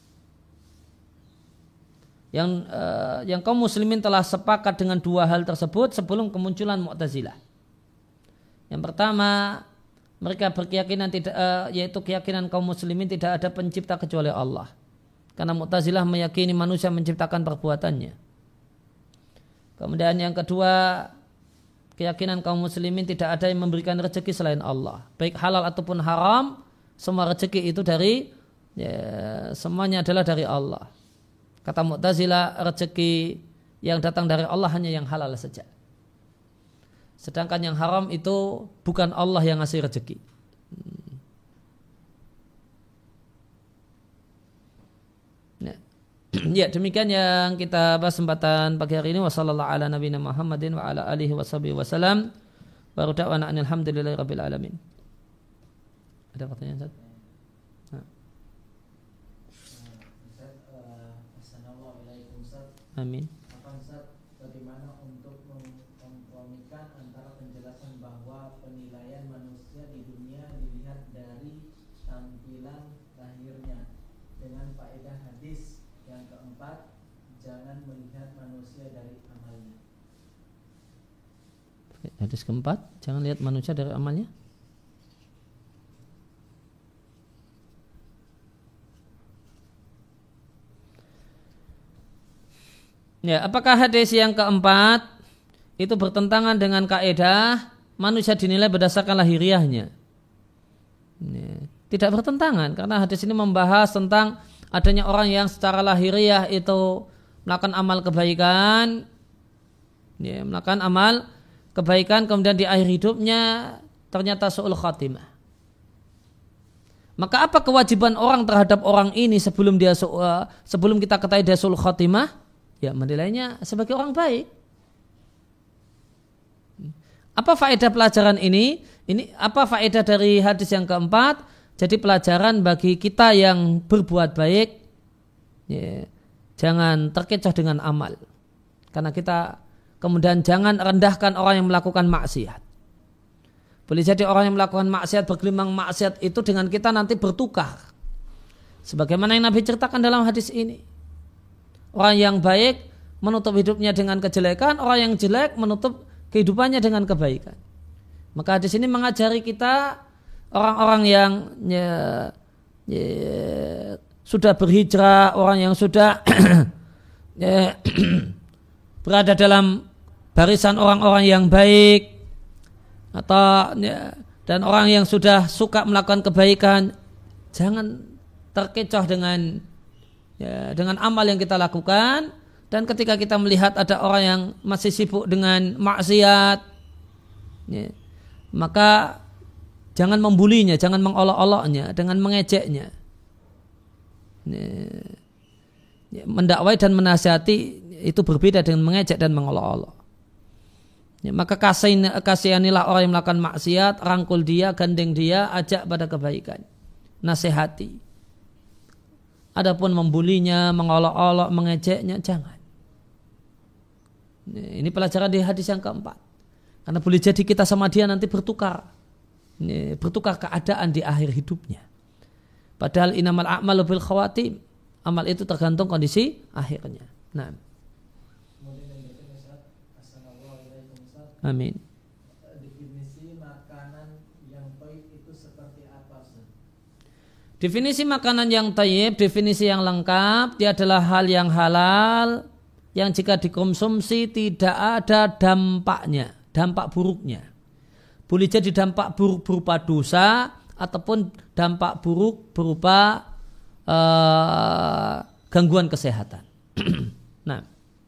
yang uh, yang kaum muslimin telah sepakat dengan dua hal tersebut sebelum kemunculan Mu'tazilah. Yang pertama, mereka berkeyakinan tidak uh, yaitu keyakinan kaum muslimin tidak ada pencipta kecuali Allah. Karena Mu'tazilah meyakini manusia menciptakan perbuatannya. Kemudian yang kedua, keyakinan kaum muslimin tidak ada yang memberikan rezeki selain Allah. Baik halal ataupun haram, semua rezeki itu dari ya, semuanya adalah dari Allah. Kata Mu'tazilah, rezeki yang datang dari Allah hanya yang halal saja. Sedangkan yang haram itu bukan Allah yang ngasih rezeki. Ya, demikian yang kita bahas kesempatan pagi hari ini. Wassallallahu ala nabiyina Muhammadin wa ala alihi washabihi wasallam. Baru da'wana alhamdulillahirabbil alamin. Ada pertanyaan, Ustaz? Nah. Assalamualaikum Ustaz. Amin. Apa Ustaz, bagaimana untuk memkompromikan antara penjelasan bahwa penilaian manusia di dunia dilihat dari tampilan lahirnya dengan faedah hadis yang keempat, jangan melihat manusia dari amalnya. Hadis keempat, jangan lihat manusia dari amalnya. Ya, apakah hadis yang keempat itu bertentangan dengan kaidah manusia dinilai berdasarkan lahiriahnya? Ya, tidak bertentangan, karena hadis ini membahas tentang adanya orang yang secara lahiriah itu melakukan amal kebaikan, ya, melakukan amal kebaikan, kemudian di akhir hidupnya ternyata su'ul khatimah. Maka apa kewajiban orang terhadap orang ini sebelum dia sebelum kita ketahui dia su'ul khatimah? Ya, menilainya sebagai orang baik. Apa faedah pelajaran ini? Ini apa faedah dari hadis yang keempat? Jadi pelajaran bagi kita yang berbuat baik, ya, jangan terkecoh dengan amal. Karena kita kemudian jangan rendahkan orang yang melakukan maksiat. Boleh jadi orang yang melakukan maksiat, bergelimang maksiat itu dengan kita nanti bertukar. Sebagaimana yang Nabi ceritakan dalam hadis ini. Orang yang baik menutup hidupnya dengan kejelekan, orang yang jelek menutup kehidupannya dengan kebaikan. Maka hadis ini mengajari kita orang-orang yang ya, ya, sudah berhijrah, orang yang sudah ya, berada dalam barisan orang-orang yang baik, atau ya, Dan orang yang sudah suka melakukan kebaikan, jangan terkecoh dengan ya, dengan amal yang kita lakukan. Dan ketika kita melihat ada orang yang masih sibuk dengan maksiat, ya, maka jangan membulinya, jangan mengolok-oloknya, dengan mengejeknya. Ya, ya, mendakwai dan menasihati itu berbeda dengan mengejek dan mengolok-olok. Ya, maka kasih, kasihanilah orang yang melakukan maksiat, rangkul dia, gandeng dia, ajak pada kebaikan, nasihati. Adapun membulinya, mengolok-olok, mengejeknya, jangan. Ini pelajaran di hadis yang keempat. Karena boleh jadi kita sama dia nanti bertukar, ini, bertukar keadaan di akhir hidupnya. Padahal inamal a'malu bil khawatim, amal itu tergantung kondisi akhirnya. Nah. Amin. Definisi makanan yang thayyib itu seperti apa, Ustaz? Definisi makanan yang thayyib, definisi yang lengkap, dia adalah hal yang halal yang jika dikonsumsi tidak ada dampaknya, dampak buruknya. Boleh jadi dampak buruk berupa dosa ataupun dampak buruk berupa uh, gangguan kesehatan. Nah,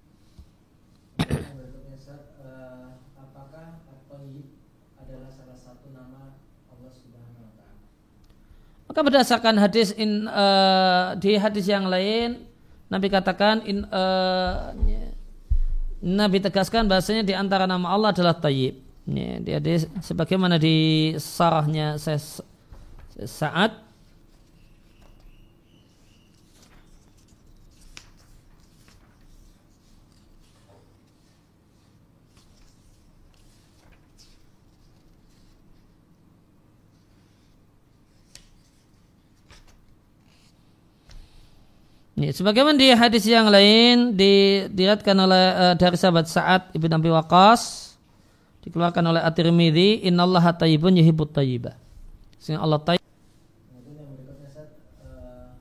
maka berdasarkan hadis in, uh, di hadis yang lain Nabi katakan in, uh, Nabi tegaskan bahasanya di antara nama Allah adalah Tayyib. Ini dia hadis sebagaimana di sarahnya Sa'ad. Ini, sebagaimana di hadis yang lain di, diriwayatkan oleh uh, dari sahabat Sa'ad ibn Abi Waqqas, dikeluarkan oleh At-Tirmidzi, innallaha thayyibun yuhibbut thayyiba. Sehingga Allah tayyib. Kemudian yang berikutnya, Ustaz, uh,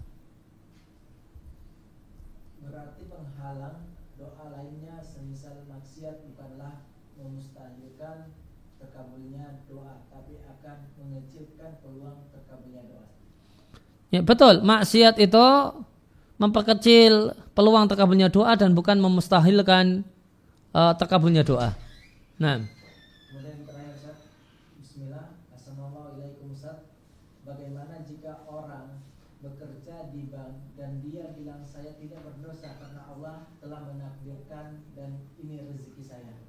berarti penghalang doa lainnya semisal maksiat bukanlah memustahilkan terkabulnya doa, tapi akan mengecilkan peluang terkabulnya doa. Ya betul, maksiat itu memperkecil peluang terkabulnya doa dan bukan memustahilkan uh, terkabulnya doa. Nah, kemudian terakhir, Ustaz, Bismillah, Assalamualaikum, Ustaz. Bagaimana jika orang bekerja di bank dan dia bilang saya tidak berdosa karena Allah telah menakdirkan dan ini rezeki saya?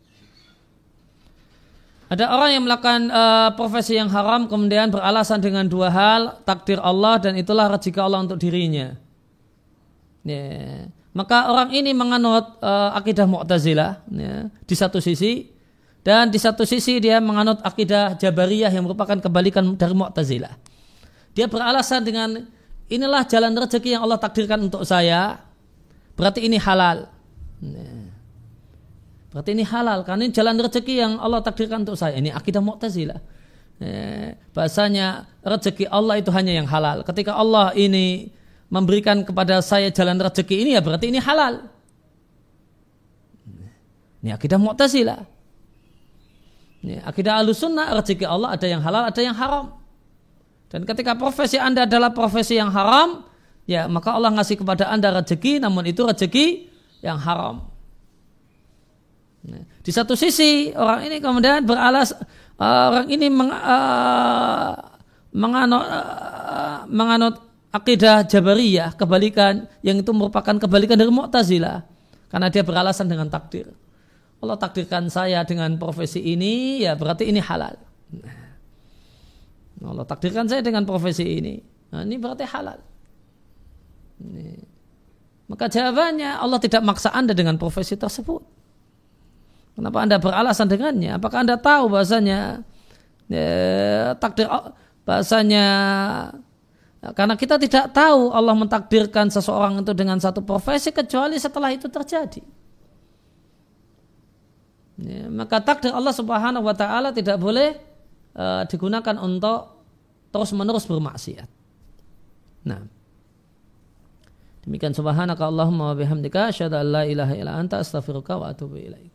Ada orang yang melakukan uh, profesi yang haram kemudian beralasan dengan dua hal, takdir Allah dan itulah rezeki Allah untuk dirinya. Ya. Maka orang ini menganut uh, akidah Mu'tazilah ya, di satu sisi, dan di satu sisi dia menganut akidah Jabariyah yang merupakan kebalikan dari Mu'tazilah. Dia beralasan dengan inilah jalan rezeki yang Allah takdirkan untuk saya, berarti ini halal. Ya. Berarti ini halal karena ini jalan rezeki yang Allah takdirkan untuk saya. Ini akidah Mu'tazilah. Ya. Bahasanya rezeki Allah itu hanya yang halal. Ketika Allah ini memberikan kepada saya jalan rezeki ini ya berarti ini halal. Ini akidah Mu'tazilah. Ini akidah Ahlussunnah, rezeki Allah ada yang halal, ada yang haram. Dan ketika profesi Anda adalah profesi yang haram, ya maka Allah ngasih kepada Anda rezeki, namun itu rezeki yang haram. Nah, di satu sisi orang ini kemudian beralas uh, orang ini meng, uh, menganut uh, menganut akidah Jabariyah, kebalikan yang itu merupakan kebalikan dari Mu'tazilah karena dia beralasan dengan takdir. Allah takdirkan saya dengan profesi ini, ya berarti ini halal. Allah takdirkan saya dengan profesi ini, nah, ini berarti halal. Ini. Maka jawabannya Allah tidak maksa Anda dengan profesi tersebut. Kenapa Anda beralasan dengannya? Apakah Anda tahu bahasanya ya, takdir bahasanya karena kita tidak tahu Allah mentakdirkan seseorang itu dengan satu profesi kecuali setelah itu terjadi. Ya, maka takdir Allah Subhanahu wa taala tidak boleh uh, digunakan untuk terus-menerus bermaksiat. Nah. Demikian subhanaka Allahumma wa bihamdika asyhadu an la ilaha illa anta astaghfiruka wa atubu ilaik.